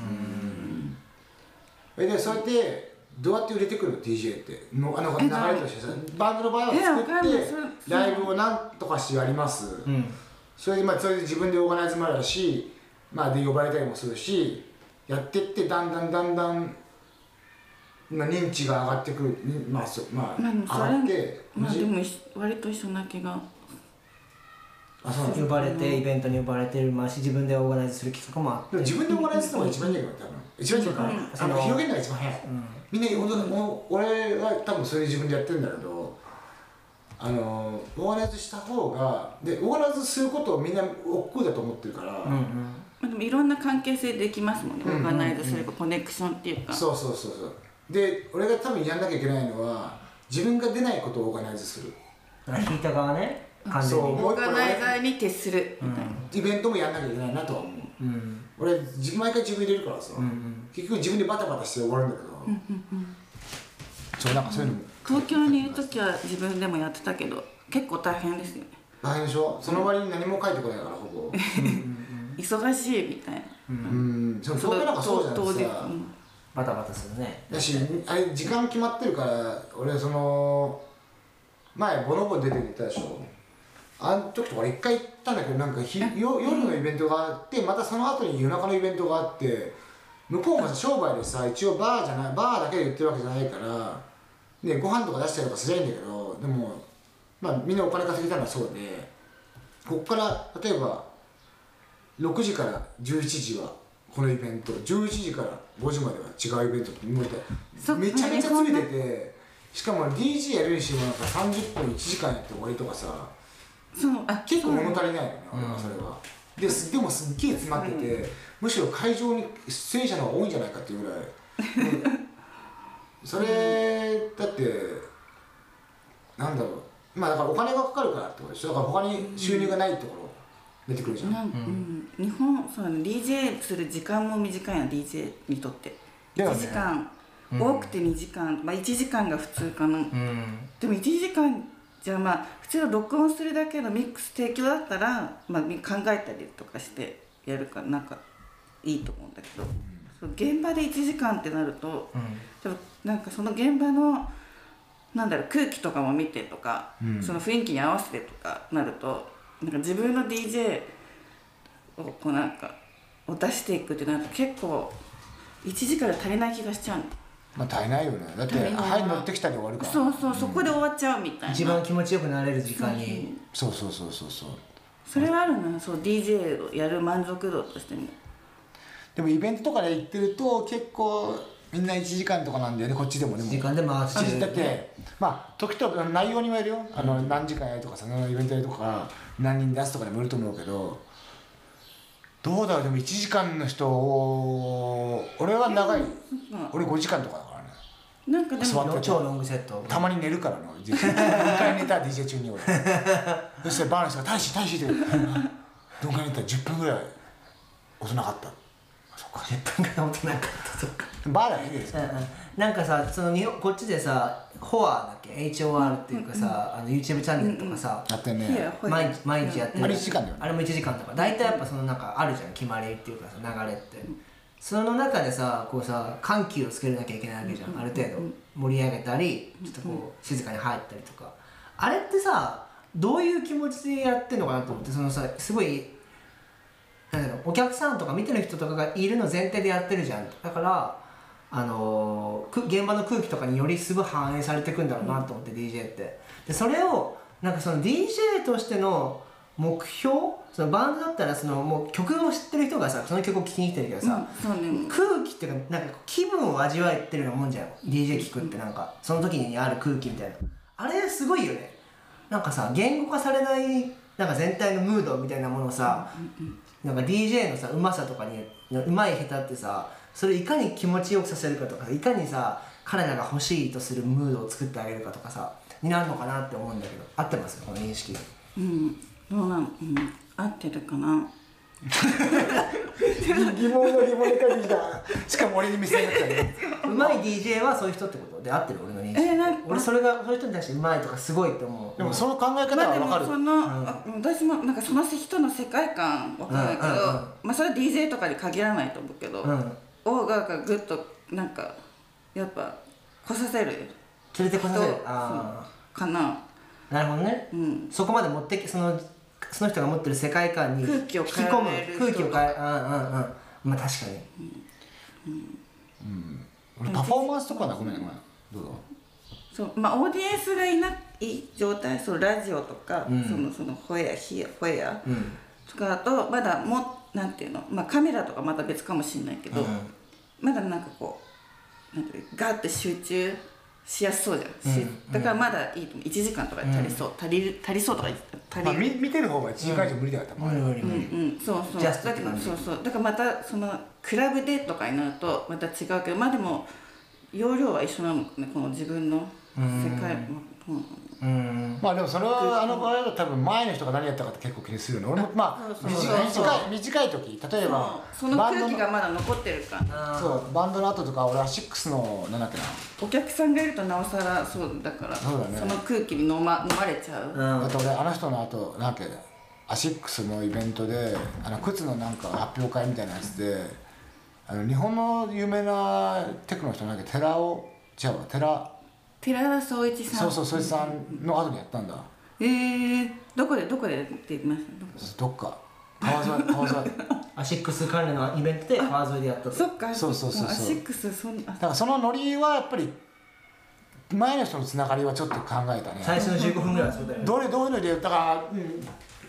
[SPEAKER 2] えでそうやってどうやって売れてくるの ティージェー ってのあの流
[SPEAKER 4] え
[SPEAKER 2] れとしてさバンドの場合は
[SPEAKER 4] えわかんない
[SPEAKER 2] 作っ
[SPEAKER 4] それ
[SPEAKER 2] てライブをなんとかしてやります
[SPEAKER 3] うん
[SPEAKER 2] それでまあそれで自分でオーガナイズもあるしまあで呼ばれたりもするしやってってだんだんだんだんまあ認知が上がってくるにまあそまあ
[SPEAKER 4] まあでもそれ
[SPEAKER 2] 上がって
[SPEAKER 4] まあでも一緒割と一緒な気が。
[SPEAKER 2] あそうなんです
[SPEAKER 3] 呼ばれてイベントに呼ばれてるまあし自分でオーガナイズする企画もあって
[SPEAKER 2] でも自分でオーガナイズするのが一番いいんだよ多分一番いいから、
[SPEAKER 4] うん
[SPEAKER 2] あの広げるのが一番早い、
[SPEAKER 3] うん
[SPEAKER 2] みんなもう俺は多分それで自分でやってるんだけどあのオーガナイズした方がでオーガナイズすることをみんな億劫だと思ってるから、
[SPEAKER 3] うんうん
[SPEAKER 4] まあ、でもいろんな関係性できますもんね。オ
[SPEAKER 2] うん
[SPEAKER 4] ーガナイズするかコネクションっていうか。
[SPEAKER 2] そうそうそうそうで俺が多分やんなきゃいけないのは自分が出ないことをオーガナイズする
[SPEAKER 3] あ弾いた側ね完全に
[SPEAKER 2] そう
[SPEAKER 4] オーガナイザーに徹するみたいな。
[SPEAKER 2] イベントもやんなきゃいけないなとは思う
[SPEAKER 3] うん
[SPEAKER 2] 俺自毎回自分入れるからさ、
[SPEAKER 3] うんうん
[SPEAKER 2] 結局自分でバタバタして終わるんだけど、そうなんかそういうのも
[SPEAKER 4] 東京にいる時は自分でもやってたけど結構大変ですよね。
[SPEAKER 2] 大変でしょその割に何も書いてこないからほぼ
[SPEAKER 4] 忙しいみたいな。
[SPEAKER 2] うんその東京なんかそうじゃないですか
[SPEAKER 4] うん
[SPEAKER 3] バタバタするね
[SPEAKER 2] だしあれ時間決まってるから俺その前ボノボ出て行ったでしょあの時とか俺一回行ったんだけどなんかひよ夜のイベントがあってまたその後に夜中のイベントがあって向こうもさ商売でさ一応バーじゃないバーだけで言ってるわけじゃないからねご飯とか出したりとかすりゃいいんだけどでもまあみんなお金稼ぎたのはそうでこっから例えばろくじからじゅういちじはこのイベントじゅういちじからごじまでは違うイベントってもう
[SPEAKER 4] そ
[SPEAKER 2] めちゃめちゃ詰めててしかも ディージェー やるにしてもなんかさんじゅっぷんいちじかんやって終わりとかさ
[SPEAKER 4] そうあ
[SPEAKER 2] 結構物足りないよね俺はそれは。ですでもすっげえ詰まっててむしろ会場に出演者の方が多いんじゃないかっていうぐらいうんそれだってなんだろうまあだからお金がかかるからってことでしょだから他に収入がないところ出てくるじゃん、
[SPEAKER 4] なん、うん、日本そうだね ディージェー する時間も短いな ディージェー にとって
[SPEAKER 2] だよね
[SPEAKER 4] いちじかん、
[SPEAKER 3] うん
[SPEAKER 4] 多くてにじかん、まあ、いちじかんが普通かな、
[SPEAKER 3] うん
[SPEAKER 4] でもいちじかんじゃあまあ普通の録音するだけのミックス提供だったら、まあ、考えたりとかしてやるからなんかいいと思うんだけど、そう現場でいちじかんってなるとでもなんかその現場のなんだろう空気とかも見てとか、
[SPEAKER 2] うん
[SPEAKER 4] その雰囲気に合わせてとかなるとなんか自分の ディージェー をこうなんかを出していくってなると結構いちじかんで足りない気がしちゃうの。
[SPEAKER 2] まあ足りないよねだって
[SPEAKER 4] 足りない
[SPEAKER 2] はい乗ってきたで終わるから
[SPEAKER 4] そうそうそこで終わっちゃうみたいな。
[SPEAKER 3] 一番気持ちよくなれる時間に
[SPEAKER 2] そうそうそうそうそう
[SPEAKER 4] それはあるな、そう ディージェー をやる満足度としても。
[SPEAKER 2] でもイベントとかで行ってると結構みんないちじかんとかなんだよねこっちでもでも
[SPEAKER 3] 時間で回してる
[SPEAKER 2] だってまあ時と内容にもよるよあの何時間やるとかそのイベントやるとか何人出すとかでもよると思うけどどうだろうでもいちじかんの人を俺は長い俺ごじかんとかだからね
[SPEAKER 4] なんかでも
[SPEAKER 2] 座って
[SPEAKER 3] 超ロングセット
[SPEAKER 2] たまに寝るからなディージェーいっかい寝た ディージェー 中に俺そしてバーの人が「大使大使」ってどんかい寝たらじゅっぷんぐらい遅なかったそっか
[SPEAKER 3] じゅっぷんぐらい音なかったそっか
[SPEAKER 2] バーだけです
[SPEAKER 3] うんうんなんかさその日本こっちでさホアだっけ エイチオーアール っていうかさ、あの YouTube チャンネルとかさ、
[SPEAKER 2] やってん
[SPEAKER 4] いや
[SPEAKER 2] ね
[SPEAKER 4] ほい
[SPEAKER 3] 毎日毎日やってる
[SPEAKER 2] あれいちじかんだよね
[SPEAKER 3] あれもいちじかんとか大体やっぱそのなんかあるじゃん決まりっていうかさ流れってその中でさこうさ緩急をつけなきゃいけないわけじゃんある程度盛り上げたりちょっとこう静かに入ったりとかあれってさどういう気持ちでやってんのかなと思ってそのさすごいなんだろうお客さんとか見てる人とかがいるの前提でやってるじゃん。だからあのー、現場の空気とかによりすぐ反映されていくんだろうなと思って、うん、ディージェー ってでそれをなんかその ディージェー としての目標、そのバンドだったらそのもう曲を知ってる人がさその曲を聴きに来てるけどさ、
[SPEAKER 4] うんそうね、
[SPEAKER 3] 空気っていうかなんか気分を味わえてるようなもんじゃん ディージェー 聴くって。なんかその時にある空気みたいなあれすごいよね。なんかさ言語化されないなんか全体のムードみたいなものをさ、なんか ディージェー のさうまさとかにうまい下手ってさそれいかに気持ちよくさせるかとかいかにさ彼らが欲しいとするムードを作ってあげるかとかさになるのかなって思うんだけど合ってますよこの認識。
[SPEAKER 4] うんどうなの、うん、合ってるかな
[SPEAKER 2] 疑問が疑問に返ってきた。しかも俺に見せなくてね
[SPEAKER 3] うまい ディージェー はそういう人ってことで合ってる俺の認識。
[SPEAKER 4] えー、なんか
[SPEAKER 3] 俺それがそういう人に対してうまいとかすごいって思う。
[SPEAKER 2] でもその考え方は分かる。
[SPEAKER 4] まあでもその、うん、私もなんかその人の世界観わかるけど、うんうんうん、まあそれは ディージェー とかに限らないと思うけど、うん、オーガがグッとなんかやっぱ来させる
[SPEAKER 3] 連れてこさせるあ
[SPEAKER 4] かな。
[SPEAKER 3] なるほどね、うん、そこまで持ってきそのその人が持ってる世界観に
[SPEAKER 4] 空気を変え
[SPEAKER 3] 込む
[SPEAKER 4] る
[SPEAKER 3] 空気を変えうんうんうんまあ確かに、
[SPEAKER 2] うんうん、パフォーマンスとかなごめんごめんどうぞ。
[SPEAKER 4] そうまあオーディエンスがいない状態、そうラジオとか、うん、そのそのホエアヒアホエア、うん、とかだとまだもなんていうの、まあカメラとかまた別かもしれないけど、うん、まだなんかこうなんていうガーって集中しやすそうじゃん、うん、だからまだいいと思ういちじかんとかで足りそう、うん、足りる足りそうとか足りる、まあ、
[SPEAKER 2] 見, 見てる方がいちじかん以上無理だよ多分、うん、
[SPEAKER 4] うんうんそうそうだけどそうそうだからまたそのクラブでとかになるとまた違うけどまあでも容量は一緒なのかねこの自分の世界も、うん
[SPEAKER 2] うん、まあでもそれはあの場合は多分前の人が何やったかって結構気にするよね。俺もまあ短い短い時例えば
[SPEAKER 4] その空気がまだ残ってるから
[SPEAKER 2] そうバンドの後とか俺アシックスのなんだっけな
[SPEAKER 4] お客さんがいるとなおさらそうだから
[SPEAKER 2] そうだ、ね、
[SPEAKER 4] その空気に飲ま飲まれちゃう、うん、
[SPEAKER 2] あと俺あの人の後なんだっけアシックスのイベントであの靴のなんか発表会みたいなやつであの日本の有名なテクノの人なんだっけ寺尾違うわ寺
[SPEAKER 4] 寺田総一さん
[SPEAKER 2] そうそう総一さんの後にやったんだ。
[SPEAKER 4] えー、どこでどこでって言いました
[SPEAKER 2] どっか川沿い川沿い
[SPEAKER 3] アシックス関連のイベントで川沿いでやったと。
[SPEAKER 4] そっか
[SPEAKER 2] そうそうそうそう
[SPEAKER 4] アシックスそん
[SPEAKER 2] だからそのノリはやっぱり前の人のつながりはちょっと考えたね。
[SPEAKER 3] 最初のじゅうごふんぐらいはそうだよね。
[SPEAKER 2] どれどういうので言ったか、うん、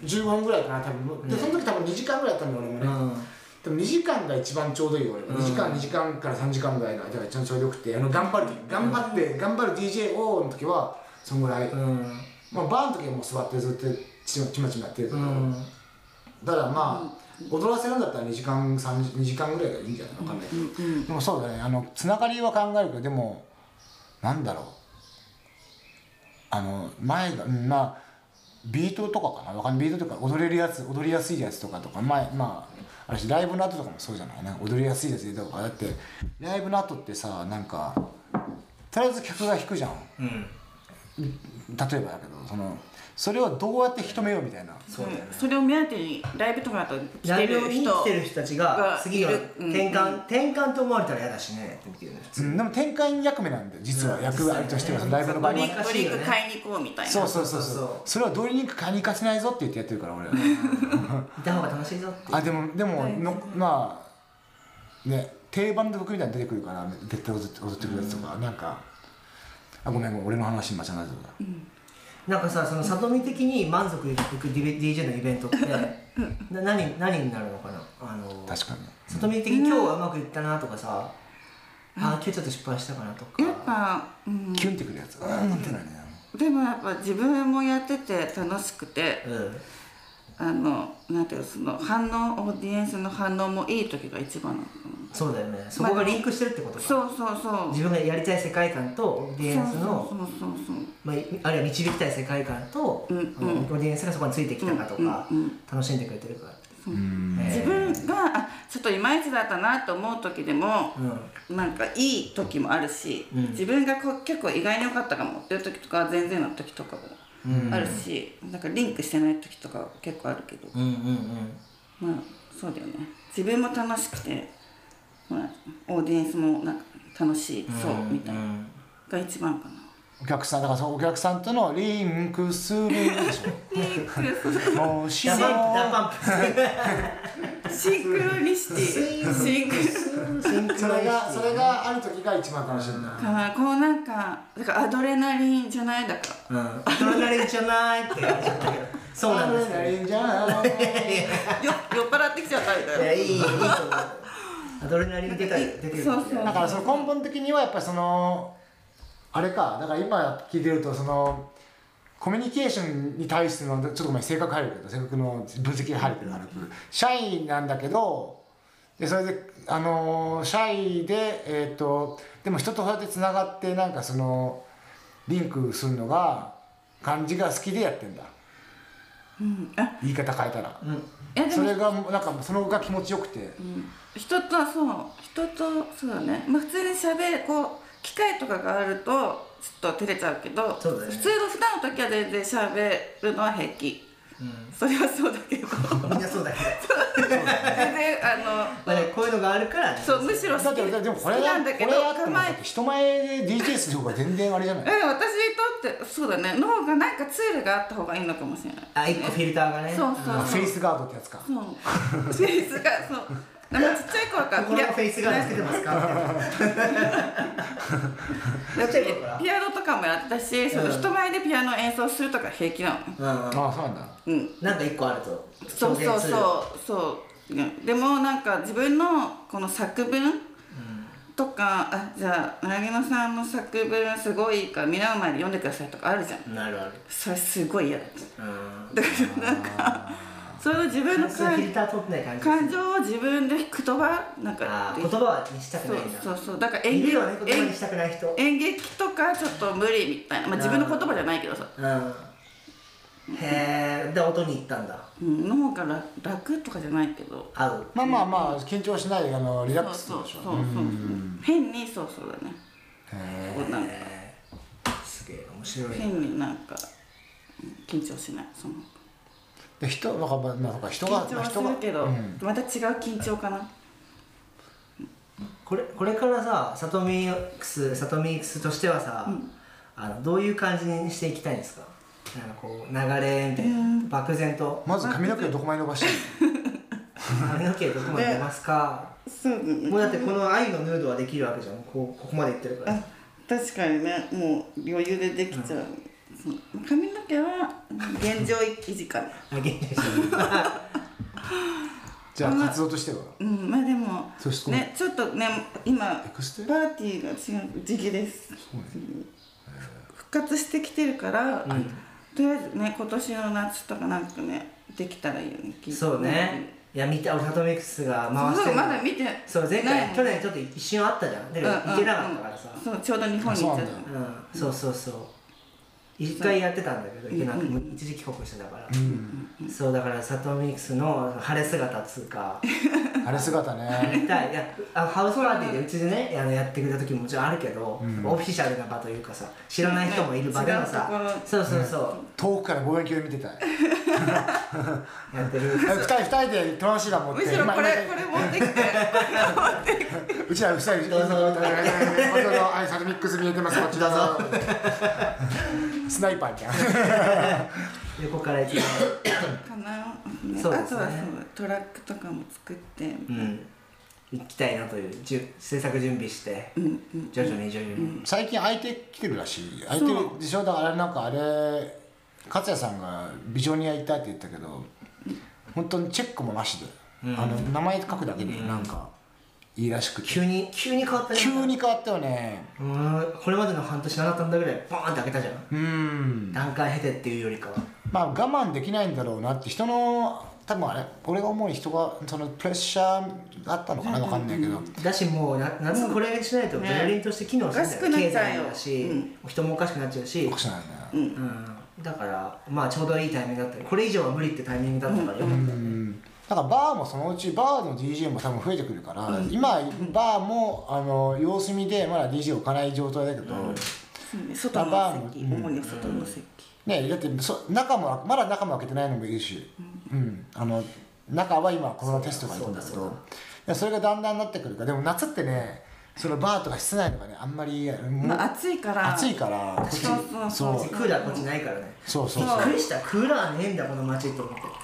[SPEAKER 2] じゅうごふんぐらいかな多分、でその時多分にじかんぐらいやったんだ俺もね、うん、でもにじかんが一番ちょうどいいよ俺も、うん、にじかんにじかんからさんじかんぐらいの間が一番ちょうどよくてあの頑張る頑張って、うん、頑張る ディージェー オー の時はそのぐらい、うんまあ、バーの時はもう座ってずっとちまちまちまやってるけど、うん、だからまあ踊らせるんだったらにじかんさんじにじかんぐらいがいいんじゃないのかんないけど、うんうん、でもそうだねあのつながりは考えるけどでもなんだろうあの前がまあビートとかかなわかんないビートとか踊れるやつ踊りやすいやつとかとか前まああれライブの後とかもそうじゃないな踊りやすいやつ入れたとかだってライブの後ってさなんかとりあえず客が弾くじゃん、うん、例えばだけどそのそれをどうやって引めようみたいな
[SPEAKER 4] そうだよね、それを目当てにライブとかだと来てる人
[SPEAKER 3] 来てる人たちが次は転換、うん、転換と思われたら嫌だしねって、
[SPEAKER 2] うん、でも転換役目なんだよ実は役割としては、うん、ライブの場合は
[SPEAKER 4] ドリンク買いに行こうみたいな
[SPEAKER 2] そうそうそうそうそれはドリンク買いに行かせないぞって言ってやってるから俺は
[SPEAKER 3] いた方が楽しいぞって
[SPEAKER 2] あでもでものまあね定番の曲みたいに出てくるから絶対踊って踊ってくるやつとか、うん、なんかあごめんごめん俺の話に間違いないぞだ、うん
[SPEAKER 3] なんかさその里見的に満足いく ディージェー のイベントってな 何, 何になるのかなあの
[SPEAKER 2] 確かに
[SPEAKER 3] 里見的に今日はうまくいったなとかさ、うん、あ今日ちょっと失敗したかなとか
[SPEAKER 4] やっぱ、
[SPEAKER 2] うん、キュンってくるやつが、うん、ってないね
[SPEAKER 4] でもやっぱ自分もやってて楽しくて、うん、あのなんていうその反応オーディエンスの反応もいい時が一番なのかな
[SPEAKER 3] そうだよねそこがリンクしてるってことか、
[SPEAKER 4] まあ、そうそうそう
[SPEAKER 3] 自分がやりたい世界観とオーディエンスの
[SPEAKER 4] そうそうそうそう、
[SPEAKER 3] まあ、あるいは導きたい世界観と、うんうん、オーディエンスがそこについてきたかとか、うんうん、楽しんでくれてるから、
[SPEAKER 4] うん、自分があちょっといまいちだったなと思う時でも、うん、なんかいい時もあるし、うん、自分がこう結構意外に良かったかもっていう時とか全然の時とかもあるし、うん、なんかリンクしてない時とか結構あるけど、うんうんうん、まあそうだよね自分も楽しくてまあ、オーディエンスもなんか楽しいそうみたいなが一番かな。
[SPEAKER 2] お客さんだからそうお客さんとのリンクするでしょ。
[SPEAKER 4] リンクする。
[SPEAKER 2] もうし
[SPEAKER 3] ダパンプダパンプ。
[SPEAKER 4] シンクロニシティシンクロ
[SPEAKER 3] シンクロ
[SPEAKER 2] それがそれがある時が一番楽しいんだ。
[SPEAKER 4] かな。こうなんかだからアドレナリンじゃないだか
[SPEAKER 3] うんアドレナリンじゃないって言っちゃったけどそうなんですよね。
[SPEAKER 2] いいんじゃない。
[SPEAKER 4] らよ酔っ払ってきちゃったみたいな。
[SPEAKER 3] いやいいいいと思う。アドレナリン出たり出てる。
[SPEAKER 4] そうそう
[SPEAKER 2] だからその根本的にはやっぱりそのあれか、だから今聞いてるとそのコミュニケーションに対してのちょっとごめん性格入るけど性格の分析が入るけど軽くシャイなんだけどでそれであのシャイでえっとでも人とそうやってつながってなんかそのリンクするのが感じが好きでやってんだ。
[SPEAKER 4] うんあ
[SPEAKER 2] 言い方変えたら。
[SPEAKER 3] うん。
[SPEAKER 4] いやでも
[SPEAKER 2] それがなんかそのが気持ちよくて。
[SPEAKER 4] うん人とそう人とそうだね。まあ普通に喋るこう機会とかがあるとちょっと照れちゃうけど、
[SPEAKER 3] そうだね
[SPEAKER 4] 普通の普段の時は全然喋るのは平気。
[SPEAKER 3] うん。
[SPEAKER 4] それはそうだけど
[SPEAKER 3] みんなそうだけど。
[SPEAKER 4] 全然あの
[SPEAKER 3] まあねこういうのがあるからね。
[SPEAKER 4] そうむしろ好き
[SPEAKER 2] だってでもこれ
[SPEAKER 4] 好き
[SPEAKER 2] や
[SPEAKER 4] なんだけど
[SPEAKER 2] これやっても
[SPEAKER 4] 構え
[SPEAKER 2] 人前で ディージェー する方が全然あれじゃない。
[SPEAKER 4] え私にとってそうだねの方がなんかツールがあった方がいいのかもしれない。
[SPEAKER 3] あ一個フィルターがね。
[SPEAKER 4] そうそう
[SPEAKER 2] あフェイスガードってやつか。
[SPEAKER 4] そうフェイスがそうでもちっちゃい頃から
[SPEAKER 3] ここのフェイスガードつけてますか。
[SPEAKER 4] だってピアノとかもやったし、その
[SPEAKER 3] うん
[SPEAKER 4] 人前でピアノ演奏するとか平気なの。
[SPEAKER 3] うん。
[SPEAKER 2] ああそうなんだ。
[SPEAKER 4] うん。
[SPEAKER 3] なんか一個あると。
[SPEAKER 4] そうそうそうそう。うんでもなんか自分のこの作文とかあじゃあ柳野さんの作文すごいから皆の前で読んでくださいとかあるじゃん。
[SPEAKER 3] なるある。
[SPEAKER 4] それすごい嫌だった。
[SPEAKER 3] うん。
[SPEAKER 4] だからなんかそれを自分の
[SPEAKER 3] フィルタ
[SPEAKER 4] 感
[SPEAKER 3] ー取ってない感じ。
[SPEAKER 4] 感情を自分で言葉なんか
[SPEAKER 3] あー言葉にしたく
[SPEAKER 4] そう
[SPEAKER 3] ないんだ。
[SPEAKER 4] そうそうだから
[SPEAKER 3] い
[SPEAKER 4] 演劇
[SPEAKER 3] るよね言葉にしたくない人。
[SPEAKER 4] 演劇とかちょっと無理みたいな、まあ、自分の言葉じゃないけどさ、
[SPEAKER 3] うん。へえ。で音に行ったんだ。
[SPEAKER 4] うん、の方が楽楽とかじゃないけど
[SPEAKER 3] 合う。
[SPEAKER 2] まあまあまあ緊張しないであのリラックスす
[SPEAKER 4] そう
[SPEAKER 2] るでしょ。
[SPEAKER 4] そうそうそう変にそうそうだね
[SPEAKER 2] へ
[SPEAKER 4] こうなんか
[SPEAKER 3] へーすげえ面白いね。
[SPEAKER 4] 変になんかうん緊張しないその
[SPEAKER 2] で人なんかまあまあそうか人が
[SPEAKER 4] 緊張はす
[SPEAKER 2] 人が
[SPEAKER 4] るけど、
[SPEAKER 2] うん
[SPEAKER 4] また違う緊張かな
[SPEAKER 3] これこれからさサトミックスサトミックスとしてはさ、あのどういう感じにしていきたいんですか。なんかこう流れみたいな、漠然と
[SPEAKER 2] まず髪の毛をどこまで伸ばして
[SPEAKER 3] 髪の毛どこまで出ますか。
[SPEAKER 4] そうだね
[SPEAKER 3] もうだってこの愛のヌードはできるわけじゃん。こうここまでいってるから。
[SPEAKER 4] あ確かにねもう余裕でできちゃう、そう髪の毛は現状維持かな
[SPEAKER 3] あ元気です
[SPEAKER 2] じゃあ活動としては
[SPEAKER 4] うんまあでも
[SPEAKER 2] そうすると
[SPEAKER 4] ねちょっとね今
[SPEAKER 2] エクステ
[SPEAKER 4] パーティーが違う時期です復活してきてるから、とりあえずね今年の夏とかなんかねできたらいいよね
[SPEAKER 3] そうね。いや見て俺サトミックスが回して
[SPEAKER 4] そう
[SPEAKER 3] るの
[SPEAKER 4] まだ見て
[SPEAKER 3] そう前
[SPEAKER 4] ない
[SPEAKER 3] 回去年ちょっと一瞬あったじゃん。だけど行けなかったからさ。
[SPEAKER 4] そうちょうど日本に行っちゃっ
[SPEAKER 2] あ
[SPEAKER 3] うん、そうそうそう一回やってたんだけど行けなくて一時帰国してたから、そうだからサトミックスの晴れ姿っつうか
[SPEAKER 2] 晴れ姿ね
[SPEAKER 3] 見たい。いやあハウスパーティーでうちでねあのやってくれた時ももちろんあるけど、
[SPEAKER 2] うん
[SPEAKER 3] オフィシャルな場というかさ知らない人もいる場でのさ、
[SPEAKER 4] 違うところ
[SPEAKER 3] そうそうそう、
[SPEAKER 2] 遠くから望遠鏡で見てたい
[SPEAKER 3] やってる
[SPEAKER 2] 二人二人でトランシーバー持って
[SPEAKER 4] むしろこれ
[SPEAKER 2] 今
[SPEAKER 4] これ持ってきて
[SPEAKER 2] うちら二人で
[SPEAKER 3] どうぞ
[SPEAKER 2] はいサトミックス見えてますこっちだぞスナイパーじゃん
[SPEAKER 3] 横から行きな
[SPEAKER 4] かな、ね、
[SPEAKER 3] そうですね
[SPEAKER 4] あとはそうトラックとかも作って
[SPEAKER 3] うん行きたいなというじゅ制作準備して、
[SPEAKER 4] うんうん
[SPEAKER 3] 徐々に徐々に、
[SPEAKER 2] 最近相手来てるらしい相手でしょだからあれなんかあれ勝也さんがビジョニア行ったって言ったけど本当にチェックもなしで、
[SPEAKER 3] うん
[SPEAKER 2] あの名前書くだけでなんかいいらしくて
[SPEAKER 3] 急に急に変わったね。
[SPEAKER 2] 急に変わったよね
[SPEAKER 3] うーんこれまでの半年なかったんだぐらいバーンって開けたじゃん。
[SPEAKER 2] うん
[SPEAKER 3] 段階経てっていうよりかは。
[SPEAKER 2] まあ我慢できないんだろうなって人の多分あれ俺が思うに人がそのプレッシャーがあったのかな分かんないけど、
[SPEAKER 3] だしもうな夏これしないと
[SPEAKER 4] ね
[SPEAKER 3] ベルリンとして機能しないんだよ、
[SPEAKER 4] おかしくなっ
[SPEAKER 3] 経
[SPEAKER 4] ちゃうよ
[SPEAKER 3] 済だし、
[SPEAKER 4] うん
[SPEAKER 3] 人もおかしくなっちゃうし、
[SPEAKER 2] おかしないよね
[SPEAKER 3] うん、だからまあちょうどいいタイミングだったりこれ以上は無理ってタイミングだったからよかったよね、
[SPEAKER 2] うんだからバーもそのうちバーの ディージェー も多分増えてくるから、今バーもあの様子見でまだ ディージェー 置かない状態だけど、
[SPEAKER 4] そうね外
[SPEAKER 2] バーも
[SPEAKER 4] の席主に外の席
[SPEAKER 2] ねだってそ中もまだ中も開けてないのもいるし、うんあの中は今コロナテストがいるんだけ
[SPEAKER 3] そうだそう
[SPEAKER 2] どいやそれがだんだんなってくるからでも夏ってねそのバーとか室内とかねあんまりもう
[SPEAKER 4] まあ暑いから
[SPEAKER 2] 暑いからこっち
[SPEAKER 4] そうそうそう
[SPEAKER 2] そう
[SPEAKER 3] クーラーこっちないからね
[SPEAKER 2] そうそう
[SPEAKER 3] びっくりしたクーラーねえんだこの街と思って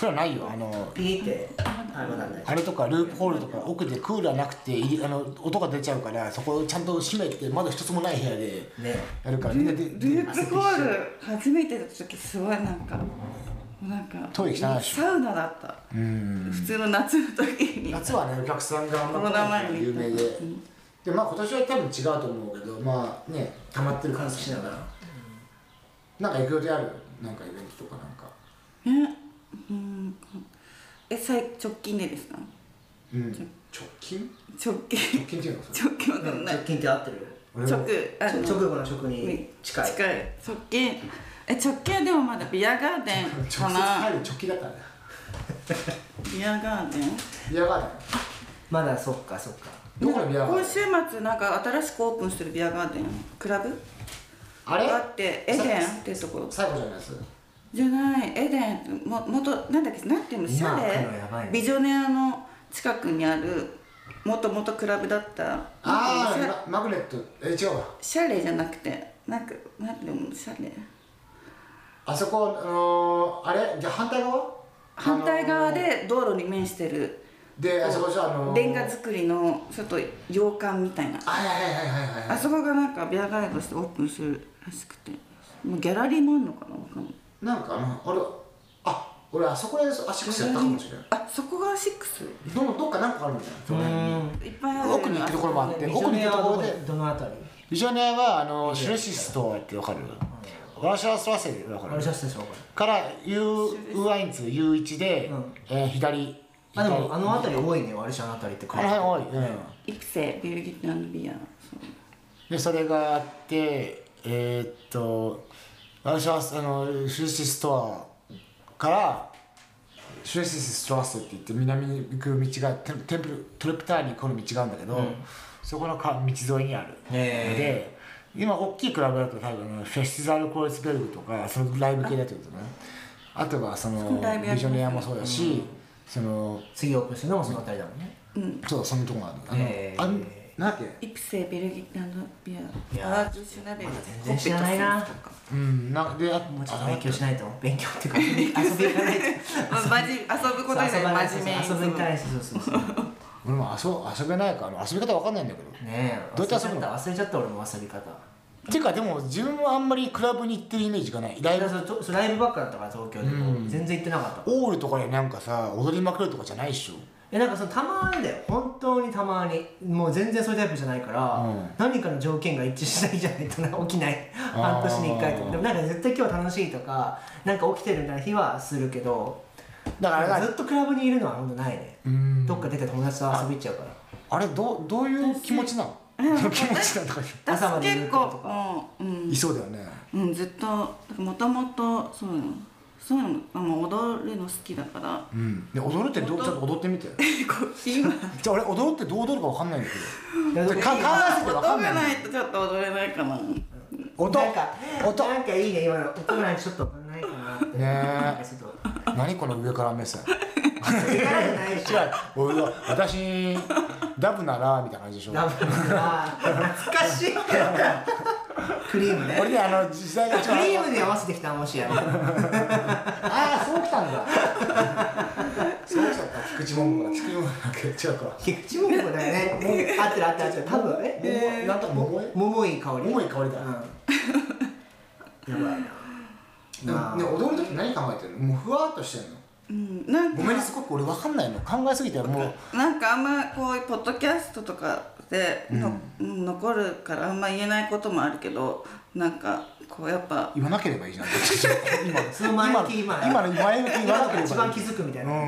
[SPEAKER 2] これはないよ。あの
[SPEAKER 3] ピーってあれなんだよ。
[SPEAKER 2] あれとかループホールとか奥でクーラーなくていあの音が出ちゃうから、そこをちゃんと閉めて窓一つもない部屋で
[SPEAKER 3] ね。
[SPEAKER 2] やるからみんなで
[SPEAKER 4] ループホール初めてだった時すごいなんかなんか
[SPEAKER 2] トイレ汚いでしょ。
[SPEAKER 4] サウナだった。
[SPEAKER 2] うん
[SPEAKER 4] 普通の夏の時に
[SPEAKER 2] 夏はねお客さんがあん
[SPEAKER 4] コロナ前に
[SPEAKER 2] 有名で、でまあ今年は多分違うと思うけど、まあね溜まってる感じしながら、なんか行く予定ある？なんかイベントとかなんか。
[SPEAKER 4] えうんえ最直近でですか？
[SPEAKER 2] うん直近？
[SPEAKER 4] 直近
[SPEAKER 2] 直近っていうのそれ？
[SPEAKER 4] 直近わかんない
[SPEAKER 3] 直近って合ってる？
[SPEAKER 2] 俺も
[SPEAKER 4] 直あの
[SPEAKER 3] 直後の直に近い。
[SPEAKER 4] 近い直近え直近はでもまだビアガーデン
[SPEAKER 2] 直接
[SPEAKER 4] かな
[SPEAKER 2] 入る直近だったね。
[SPEAKER 4] ビアガーデン
[SPEAKER 2] ビアガーデン。
[SPEAKER 3] まだそっかそっか。
[SPEAKER 2] どこのビアガーデン？
[SPEAKER 4] 今週末なんか新しくオープンするビアガーデンクラブ
[SPEAKER 2] あれ？
[SPEAKER 4] があってエデンってところ
[SPEAKER 2] 最後じゃないです。
[SPEAKER 4] じゃないエデンっても元なんだっけなんていうのシャ
[SPEAKER 3] 今来るのやばいね
[SPEAKER 4] レビジョネアの近くにあるもともとクラブだった
[SPEAKER 2] あ
[SPEAKER 4] シャ
[SPEAKER 2] あマグネットえ違うわ。
[SPEAKER 4] シャレじゃなくてなんかなんていうのシャレ
[SPEAKER 2] あそこあのー、あれじゃあ反対側？
[SPEAKER 4] 反対側で道路に面してる
[SPEAKER 2] であそこじゃあのー、
[SPEAKER 4] レンガ造りのちょっと洋館みたいな
[SPEAKER 2] はいはいはいはいはいはい。
[SPEAKER 4] あそこがなんかビアガーデンとしてオープンするらしくてもうギャラリーもあるのかなわかんない
[SPEAKER 2] なんかあの俺あ俺あそこでアシックスやったかもしれない。
[SPEAKER 4] あそこがシックス
[SPEAKER 2] どのどっかなんかあるんだよ。その辺に
[SPEAKER 4] いっぱいある
[SPEAKER 2] 奥に行くところもあって、
[SPEAKER 3] ビジ
[SPEAKER 2] 奥に
[SPEAKER 3] ョネアは
[SPEAKER 2] 行くところで
[SPEAKER 3] どのあたり？
[SPEAKER 2] ビジョネアはあのシュレシストってわかる？ワーシャーストラッセでわかる？
[SPEAKER 3] あれじゃスでしょこれ。
[SPEAKER 2] から U ウアインツ ユーワン で、
[SPEAKER 3] うん
[SPEAKER 2] えー、左
[SPEAKER 3] あでもあの辺り多いね。ワルシャのあたりって書いて
[SPEAKER 2] あの
[SPEAKER 3] ある。
[SPEAKER 2] 辺多い、うん、
[SPEAKER 4] イプセビルギットビアそう
[SPEAKER 2] でそれがあってえー、っとワーシャースあのシュレシストアからシュレシストラッセって言って南に行く道がテンテンプルトレプターに来る道があるんだけど、うん、そこのか道沿いにあるので今大きいクラブだと多分フェスティザル・コールツベルグとかそのライブ系だってことね。あとはそのビジョネアもそうだし、うん、その
[SPEAKER 3] 次オープンするのもそのあたりだもんね。
[SPEAKER 2] うん、そうそのとこがある。あの、えー、あんなんだっけ？
[SPEAKER 4] イプセビルギットビア。
[SPEAKER 3] いやー、全然知らないな。
[SPEAKER 2] うん、なんであ
[SPEAKER 3] もうちょっと勉強しないと。勉強っていうか遊び行かないと。
[SPEAKER 4] マジ遊ぶことで真面目に。
[SPEAKER 3] 遊びに対してそうそうそう。
[SPEAKER 2] 俺も遊遊べないから遊び方わかんないんだけど。
[SPEAKER 3] ねえ。どうやって遊ぶの？忘れちゃった俺も遊び方。
[SPEAKER 2] ていうかでも自分はあんまりクラブに行ってるイメージがない。
[SPEAKER 3] ライブそライブばっかだったから東京でも、うん、全然行ってなかった。
[SPEAKER 2] オールとかでなんかさ踊りまくるとかじゃないっしょ。
[SPEAKER 3] えなんかそのたまにだよ本当にたまにもう全然そういうタイプじゃないから、うん、何かの条件が一致しないじゃないと起きない半年にいっかいとかでもなんか絶対今日楽しいとかなんか起きてるみたいな日はするけどだからずっとクラブにいるのはほんとないね。どっか出て友達と遊び行っちゃうから
[SPEAKER 2] あれどどういう気持ちなの？気持ちなんだか
[SPEAKER 3] 朝までいると
[SPEAKER 4] か、うん、
[SPEAKER 2] いそうだよね。
[SPEAKER 4] うんずっともともとそういうのそういうのあの踊るの好きだから。
[SPEAKER 2] うん。で踊るってどうちょっと踊ってみて。
[SPEAKER 4] 今
[SPEAKER 2] じゃあ俺踊るってどう踊るかわかんないんだけど。考えすぎてわかんない。
[SPEAKER 4] 音がないとちょっと踊れないかな。
[SPEAKER 3] 音なんか音なんかいいね今の音がないとちょっと踊れないかなって。
[SPEAKER 2] ねえ。何この上から目線。違う。俺は私ダブならみたいな感じでしょ。
[SPEAKER 3] ダブなら懐かしい。クリームね。
[SPEAKER 2] 俺ねあの実際
[SPEAKER 3] クリームに合わせてきたもしや。
[SPEAKER 2] ああそうきたんだ。そうきちゃった。菊池桃子だ。菊池桃子だけ違うか。
[SPEAKER 3] 菊池桃子だよね。合ってる合ってる合ってる。多分
[SPEAKER 2] えなんと桃江？
[SPEAKER 3] 桃井香り。
[SPEAKER 2] 桃井香りだ。
[SPEAKER 3] やばいな。
[SPEAKER 2] ね踊る時何考えてるの？もうふわっとしてんの。
[SPEAKER 4] うん、なんか
[SPEAKER 2] ごめんねすごく俺わかんないの考えすぎてもう
[SPEAKER 4] なんかあんまこういうポッドキャストとかでの、うん、残るからあんま言えないこともあるけどなんかこうやっぱ
[SPEAKER 2] 言わなければいいじゃん
[SPEAKER 3] 今その前向き今
[SPEAKER 2] 今の前向き言わなければいい
[SPEAKER 3] 一番気づくみたいな、うん、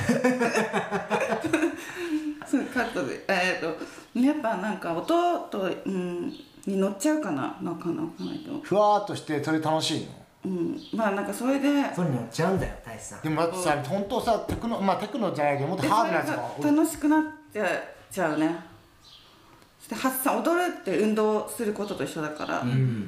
[SPEAKER 4] そうカットでえー、っとやっぱなんか音と、うん、に乗っちゃうかななんかなかないと
[SPEAKER 2] ふわーっとしてそれ楽しいの
[SPEAKER 4] うん、まあなんかそれで
[SPEAKER 3] それに乗っちゃうんだよ大志さん
[SPEAKER 2] でもだってさ本当さテクノまあテクノじゃないけどもっとハードなやつが
[SPEAKER 4] 楽しくなっちゃうねで発散踊るって運動することと一緒だから、うん、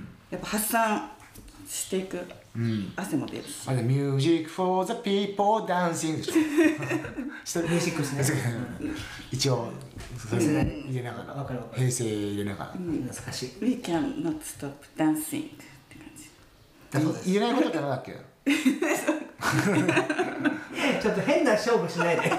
[SPEAKER 4] やっぱ発散していく、うん、汗も出るし
[SPEAKER 2] あれミュージック for the people dancing でしょミュ
[SPEAKER 3] ージックですね
[SPEAKER 2] 一応それ入れながら平成入れながら、うん、
[SPEAKER 3] 懐かしい
[SPEAKER 4] We can not stop dancing言
[SPEAKER 2] えないことって何だっけ
[SPEAKER 3] ちょっと変な勝負しないで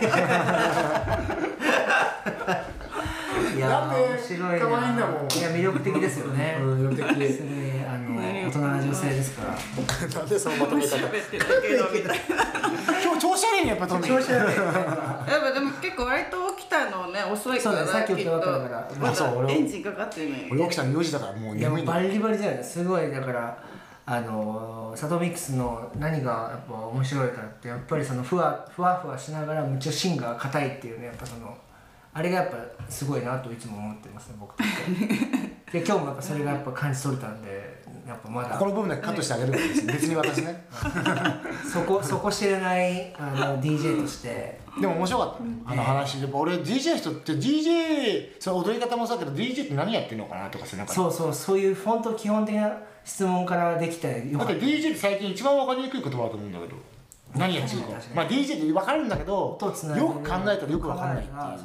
[SPEAKER 3] いや
[SPEAKER 2] だって
[SPEAKER 3] 面白いな。
[SPEAKER 2] 可愛いんだもん。
[SPEAKER 3] いや魅力的ですよね。
[SPEAKER 2] うん魅力的
[SPEAKER 3] すごいあの大人な女性ですから
[SPEAKER 2] なんでそのまとめ方
[SPEAKER 4] 喋ってるけどみたいな
[SPEAKER 2] 今日調子悪いねやっぱトミー
[SPEAKER 3] 調子悪い
[SPEAKER 4] やっぱでも結構割と起きたのね遅いから
[SPEAKER 3] そうだねさっき起きたばっかだから
[SPEAKER 4] ま
[SPEAKER 2] あそう俺
[SPEAKER 4] だエンジンかかってるのよ
[SPEAKER 2] 俺起きたのよじだからもう
[SPEAKER 3] いやも
[SPEAKER 2] 眠いうんだ
[SPEAKER 3] バリバリだよね。すごいだからあのサトミックスの何がやっぱ面白いかってやっぱりそのふわふわふわしながらめっちゃ芯が硬いっていうねやっぱそのあれがやっぱすごいなといつも思ってますね僕としてで今日もやっぱそれがやっぱ感じ取れたんでやっぱまだ
[SPEAKER 2] この部分だけカットしてあげるからです別に私ね
[SPEAKER 3] そこそこ知れないあの ディージェー として
[SPEAKER 2] でも面白かったねあの話で俺 ディージェー の人って ディージェー その踊り方もそうだけど ディージェー って何やってんのかなとかさなんか
[SPEAKER 3] そうそうそういう本当基本的な質問からできたよ
[SPEAKER 2] だって ディージェー って最近一番分かりにくい言葉だと思うんだけど何やってるか
[SPEAKER 3] 確かに
[SPEAKER 2] まあ ディージェー って分かるんだけど
[SPEAKER 3] 音をつないで
[SPEAKER 2] よく考えたらよく分かんないっていう
[SPEAKER 3] そうだね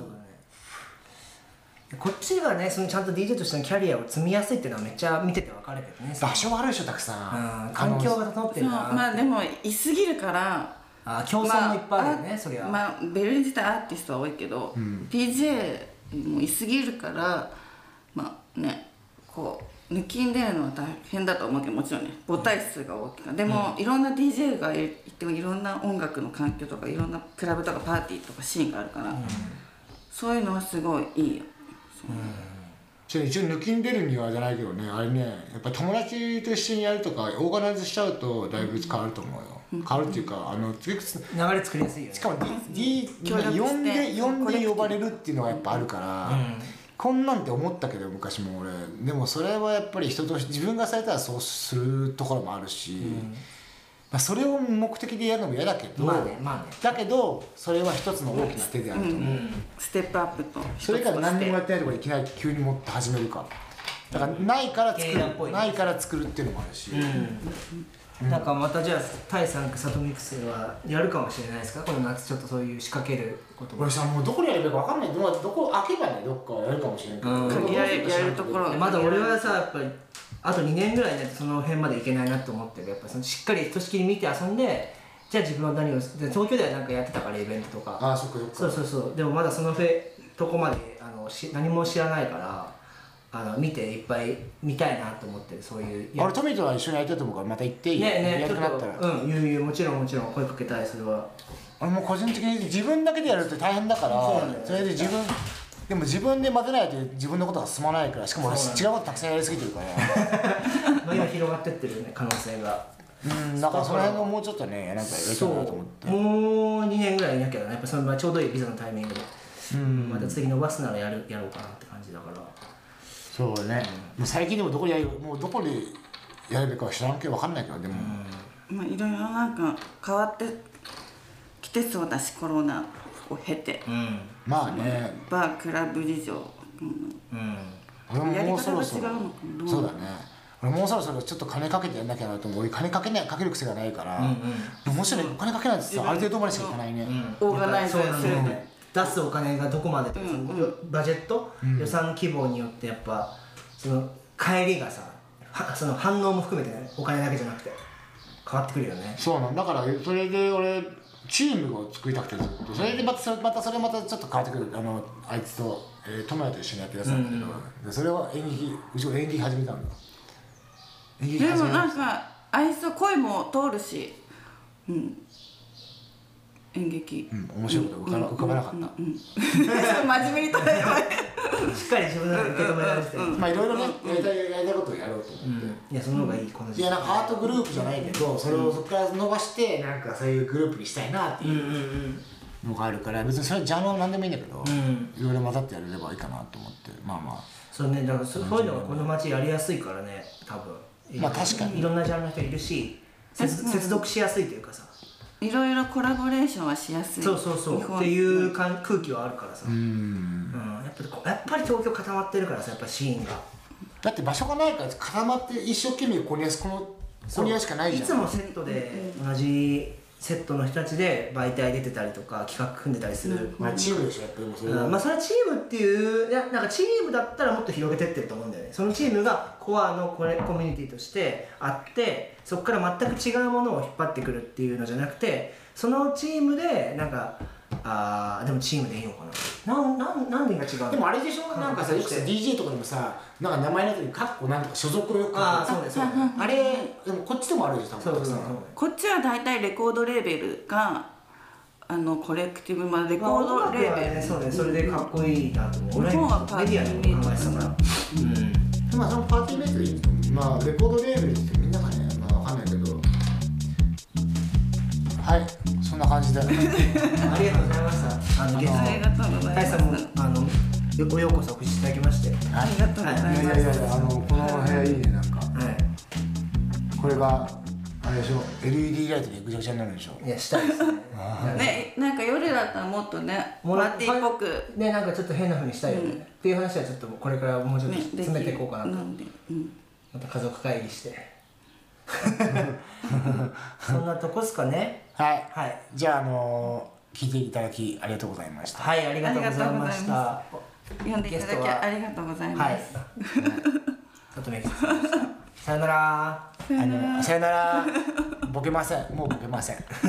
[SPEAKER 3] こっちがねそのちゃんと ディージェー としてのキャリアを積みやすいっていうのはめっちゃ見てて分かるけどね
[SPEAKER 2] 場所もあるでしょたくさ
[SPEAKER 3] うん
[SPEAKER 2] ん
[SPEAKER 3] 環境が整って
[SPEAKER 4] そう
[SPEAKER 3] るな
[SPEAKER 4] まあでもいすぎるから
[SPEAKER 3] あ競争もいっぱいあるよね、
[SPEAKER 4] まあ、
[SPEAKER 3] そりゃ、
[SPEAKER 4] まあベルリン自体アーティストは多いけど、うん、ディージェー もいすぎるからまあねこう抜きんでるのは大変だと思うけどもちろんね母体数が大きいからでも、うん、いろんな ディージェー がいてもいろんな音楽の環境とかいろんなクラブとかパーティーとかシーンがあるから、うん、そういうのはすごいいいよ、
[SPEAKER 2] 一応抜きんでるにはじゃないけどねあれねやっぱり友達と一緒にやるとかオーガナイズしちゃうとだいぶ変わると思うよ、うん、変わるっていうかあの
[SPEAKER 3] 流れ作りやすいよね
[SPEAKER 2] しかも D, D 呼んで呼んで呼ばれるっていうのがやっぱあるから、うん、こんなんて思ったけど昔も俺でもそれはやっぱり人と自分がされたらそうするところもあるし、うんまあ、それを目的でやるのも嫌だけど、
[SPEAKER 3] まあねまあね、
[SPEAKER 2] だけどそれは一つの大きな手であると思う、うんうん、
[SPEAKER 4] ステップアップと
[SPEAKER 2] それから何にもやってないところでいきなり急に持って始めるかだからないから作るないから作るっていうのもあるし、
[SPEAKER 3] うん、なんかまたじゃあタイさんかサトミックスはやるかもしれないですかこの夏ちょっとそういう仕掛けることも
[SPEAKER 2] 俺さもうどこでやればいいか分かんないどこ開けばねどっかやるかもしれないけど、
[SPEAKER 4] うん、やるやるところ
[SPEAKER 3] まだ俺はさやっぱりあとにねんぐらいねその辺までいけないなと思ってるやっぱそのしっかりひとしきり見て遊んでじゃあ自分は何をで東京ではなんかやってたからイベントとか
[SPEAKER 2] ああそっかそっか
[SPEAKER 3] そうそうそうでもまだそのフェとこまであのし何も知らないからあの見ていっぱい見たいなと思ってるそういう
[SPEAKER 2] あれトミーとは一緒にやりたいと思うからまた行っていい
[SPEAKER 3] ねえねえ
[SPEAKER 2] や
[SPEAKER 3] ちょっと
[SPEAKER 2] るくなったら
[SPEAKER 3] うん言う言うもちろんもちろん声かけたいそれは
[SPEAKER 2] 俺も個人的に自分だけでやるって大変だから
[SPEAKER 3] そうなんだよ
[SPEAKER 2] それで自分でも自分で混ぜないと自分のことが進まないからしかも俺違うことたくさんやりすぎてるから
[SPEAKER 3] まあ今広がってってるね可能性が
[SPEAKER 2] うんだからその辺がもうちょっとねなんかやりたいなと思って
[SPEAKER 3] もうにねんぐらいいなきゃねやっぱそのちょうどいいビザのタイミングで
[SPEAKER 2] うん
[SPEAKER 3] また次伸ばすならやるやろうかなって感じだから
[SPEAKER 2] そうね、うん、もう最近でもどこでやるもうどこでやるべきかは知らんけど分かんないけどでも、
[SPEAKER 4] うん、まあいろいろなんか変わってきてそうだしコロナを経て、
[SPEAKER 3] うん、
[SPEAKER 2] まあね
[SPEAKER 4] バークラブ事情、
[SPEAKER 3] うんうん、
[SPEAKER 2] 俺ももうそろそろ
[SPEAKER 4] やり方が違うのかな
[SPEAKER 2] そうだね俺もうそろそろちょっと金かけてやんなきゃなと思う俺金かけないかける癖がないから、うんうん、もちろんお金かけないとさある程度までしかいかないね、
[SPEAKER 4] うん、オーガナイズする
[SPEAKER 3] ね出すお金がどこまでとか、うんうん、バジェット、うん、予算規模によってやっぱその帰りがさその反応も含めてねお金だけじゃなくて変わってくるよね
[SPEAKER 2] そうなんだからそれで俺チームを作りたくてずっとそれでまたそれまたそれまたちょっと変わってくるあのあいつと、えー、友也と一緒にやってやつなんだけど、うん、それは演劇うち演劇始めたんだ
[SPEAKER 4] 演劇始めたでもなんかあいつ声も通るしうん演劇、
[SPEAKER 2] うん、面白いこと浮か、うん、浮かばなかった、うんうん、
[SPEAKER 4] 真面目に捉え
[SPEAKER 3] てしっかり自分の中で受け止められて
[SPEAKER 2] まあいろいろねやりたいやりたいことをやろうと思って、うん、
[SPEAKER 3] いやその方がいいこの時
[SPEAKER 2] 期いやなんかアートグループじゃないけどそれをそこから伸ばしてなんかそういうグループにしたいなっていうのがあるから別にそれジャンルは何でもいいんだけど、うん、いろいろ混ざってやれればいいかなと思ってまあまあ
[SPEAKER 3] そうねだからそういうのがこの街やりやすいからね多分
[SPEAKER 2] まあ確かに
[SPEAKER 3] いろんなジャンルの人いるし接続しやすいというかさ
[SPEAKER 4] いろいろコラボレーションはしやすい
[SPEAKER 3] そうそうそうっていうかん空気はあるからさうん、うん、やっぱやっぱり東京固まってるからさやっぱシーンが
[SPEAKER 2] だって場所がないから固まって一生懸命ここにこのここにやるしかないじゃん
[SPEAKER 3] いつもセットで同じセットの人たちで媒体出てたりとか企画組んでたりする、
[SPEAKER 2] まあチームでしょやっぱりそれは、
[SPEAKER 3] うん、まあそれはチームっていういやなんかチームだったらもっと広げてってると思うんだよね。そのチームがコアのこれコミュニティとしてあってそこから全く違うものを引っ張ってくるっていうのじゃなくてそのチームでなんかあーでもチームでいいのかななんなん何が違うの。
[SPEAKER 2] でもあれでしょなんかさよくさ ディージェー とかでもさなんか名前の後にカッコなんとか所属をよく
[SPEAKER 3] ああそうですそうです
[SPEAKER 2] あれでもこっちでもあるでしょ多分
[SPEAKER 3] そうそうそう
[SPEAKER 4] こっちは大体レコードレーベルがあのコレクティブまあレコードレーベル、
[SPEAKER 3] ね、そうねそれでかっこいいなと思う。俺
[SPEAKER 4] 日本はパー
[SPEAKER 3] メ
[SPEAKER 4] ティー
[SPEAKER 3] ディアでも考えてたからうん
[SPEAKER 2] まあそのパーティーメイクでいいと思う。まあレコードレーベルって言ってみんながねまあわかんないけどはいそんな感じで
[SPEAKER 3] ありがとうございましたあのゲスト
[SPEAKER 4] ありがとうございます
[SPEAKER 3] 大さんもあのよようこそお越しいただきまして
[SPEAKER 4] ありがとうございます、
[SPEAKER 2] いやいやいやあのこの部屋いいねなんか
[SPEAKER 3] はい
[SPEAKER 2] これがあれでしょ エルイーディー ライトでぐちゃぐちゃになるでしょ。
[SPEAKER 3] いやしたいですね
[SPEAKER 4] ね、なんか夜だったらもっとねパ
[SPEAKER 3] もう
[SPEAKER 4] ーティーっぽく
[SPEAKER 3] ねなんかちょっと変な風にしたいよね、
[SPEAKER 4] うん
[SPEAKER 3] っていう話はちょっとこれからもうちょっと
[SPEAKER 4] ね
[SPEAKER 3] 詰めていこうかなと、
[SPEAKER 4] なんで、うん、
[SPEAKER 3] また家族会議してそんなとこっすかね。
[SPEAKER 2] はい
[SPEAKER 3] はい
[SPEAKER 2] じゃああのー聞いていただきありがとうございました。
[SPEAKER 3] はいありがとうございまし
[SPEAKER 4] あ
[SPEAKER 3] た。
[SPEAKER 4] 読んでいただきありがとうございま
[SPEAKER 3] はい
[SPEAKER 4] す、
[SPEAKER 3] 里見さんでしたさよなら。
[SPEAKER 2] あのさよならボケませんもうボケません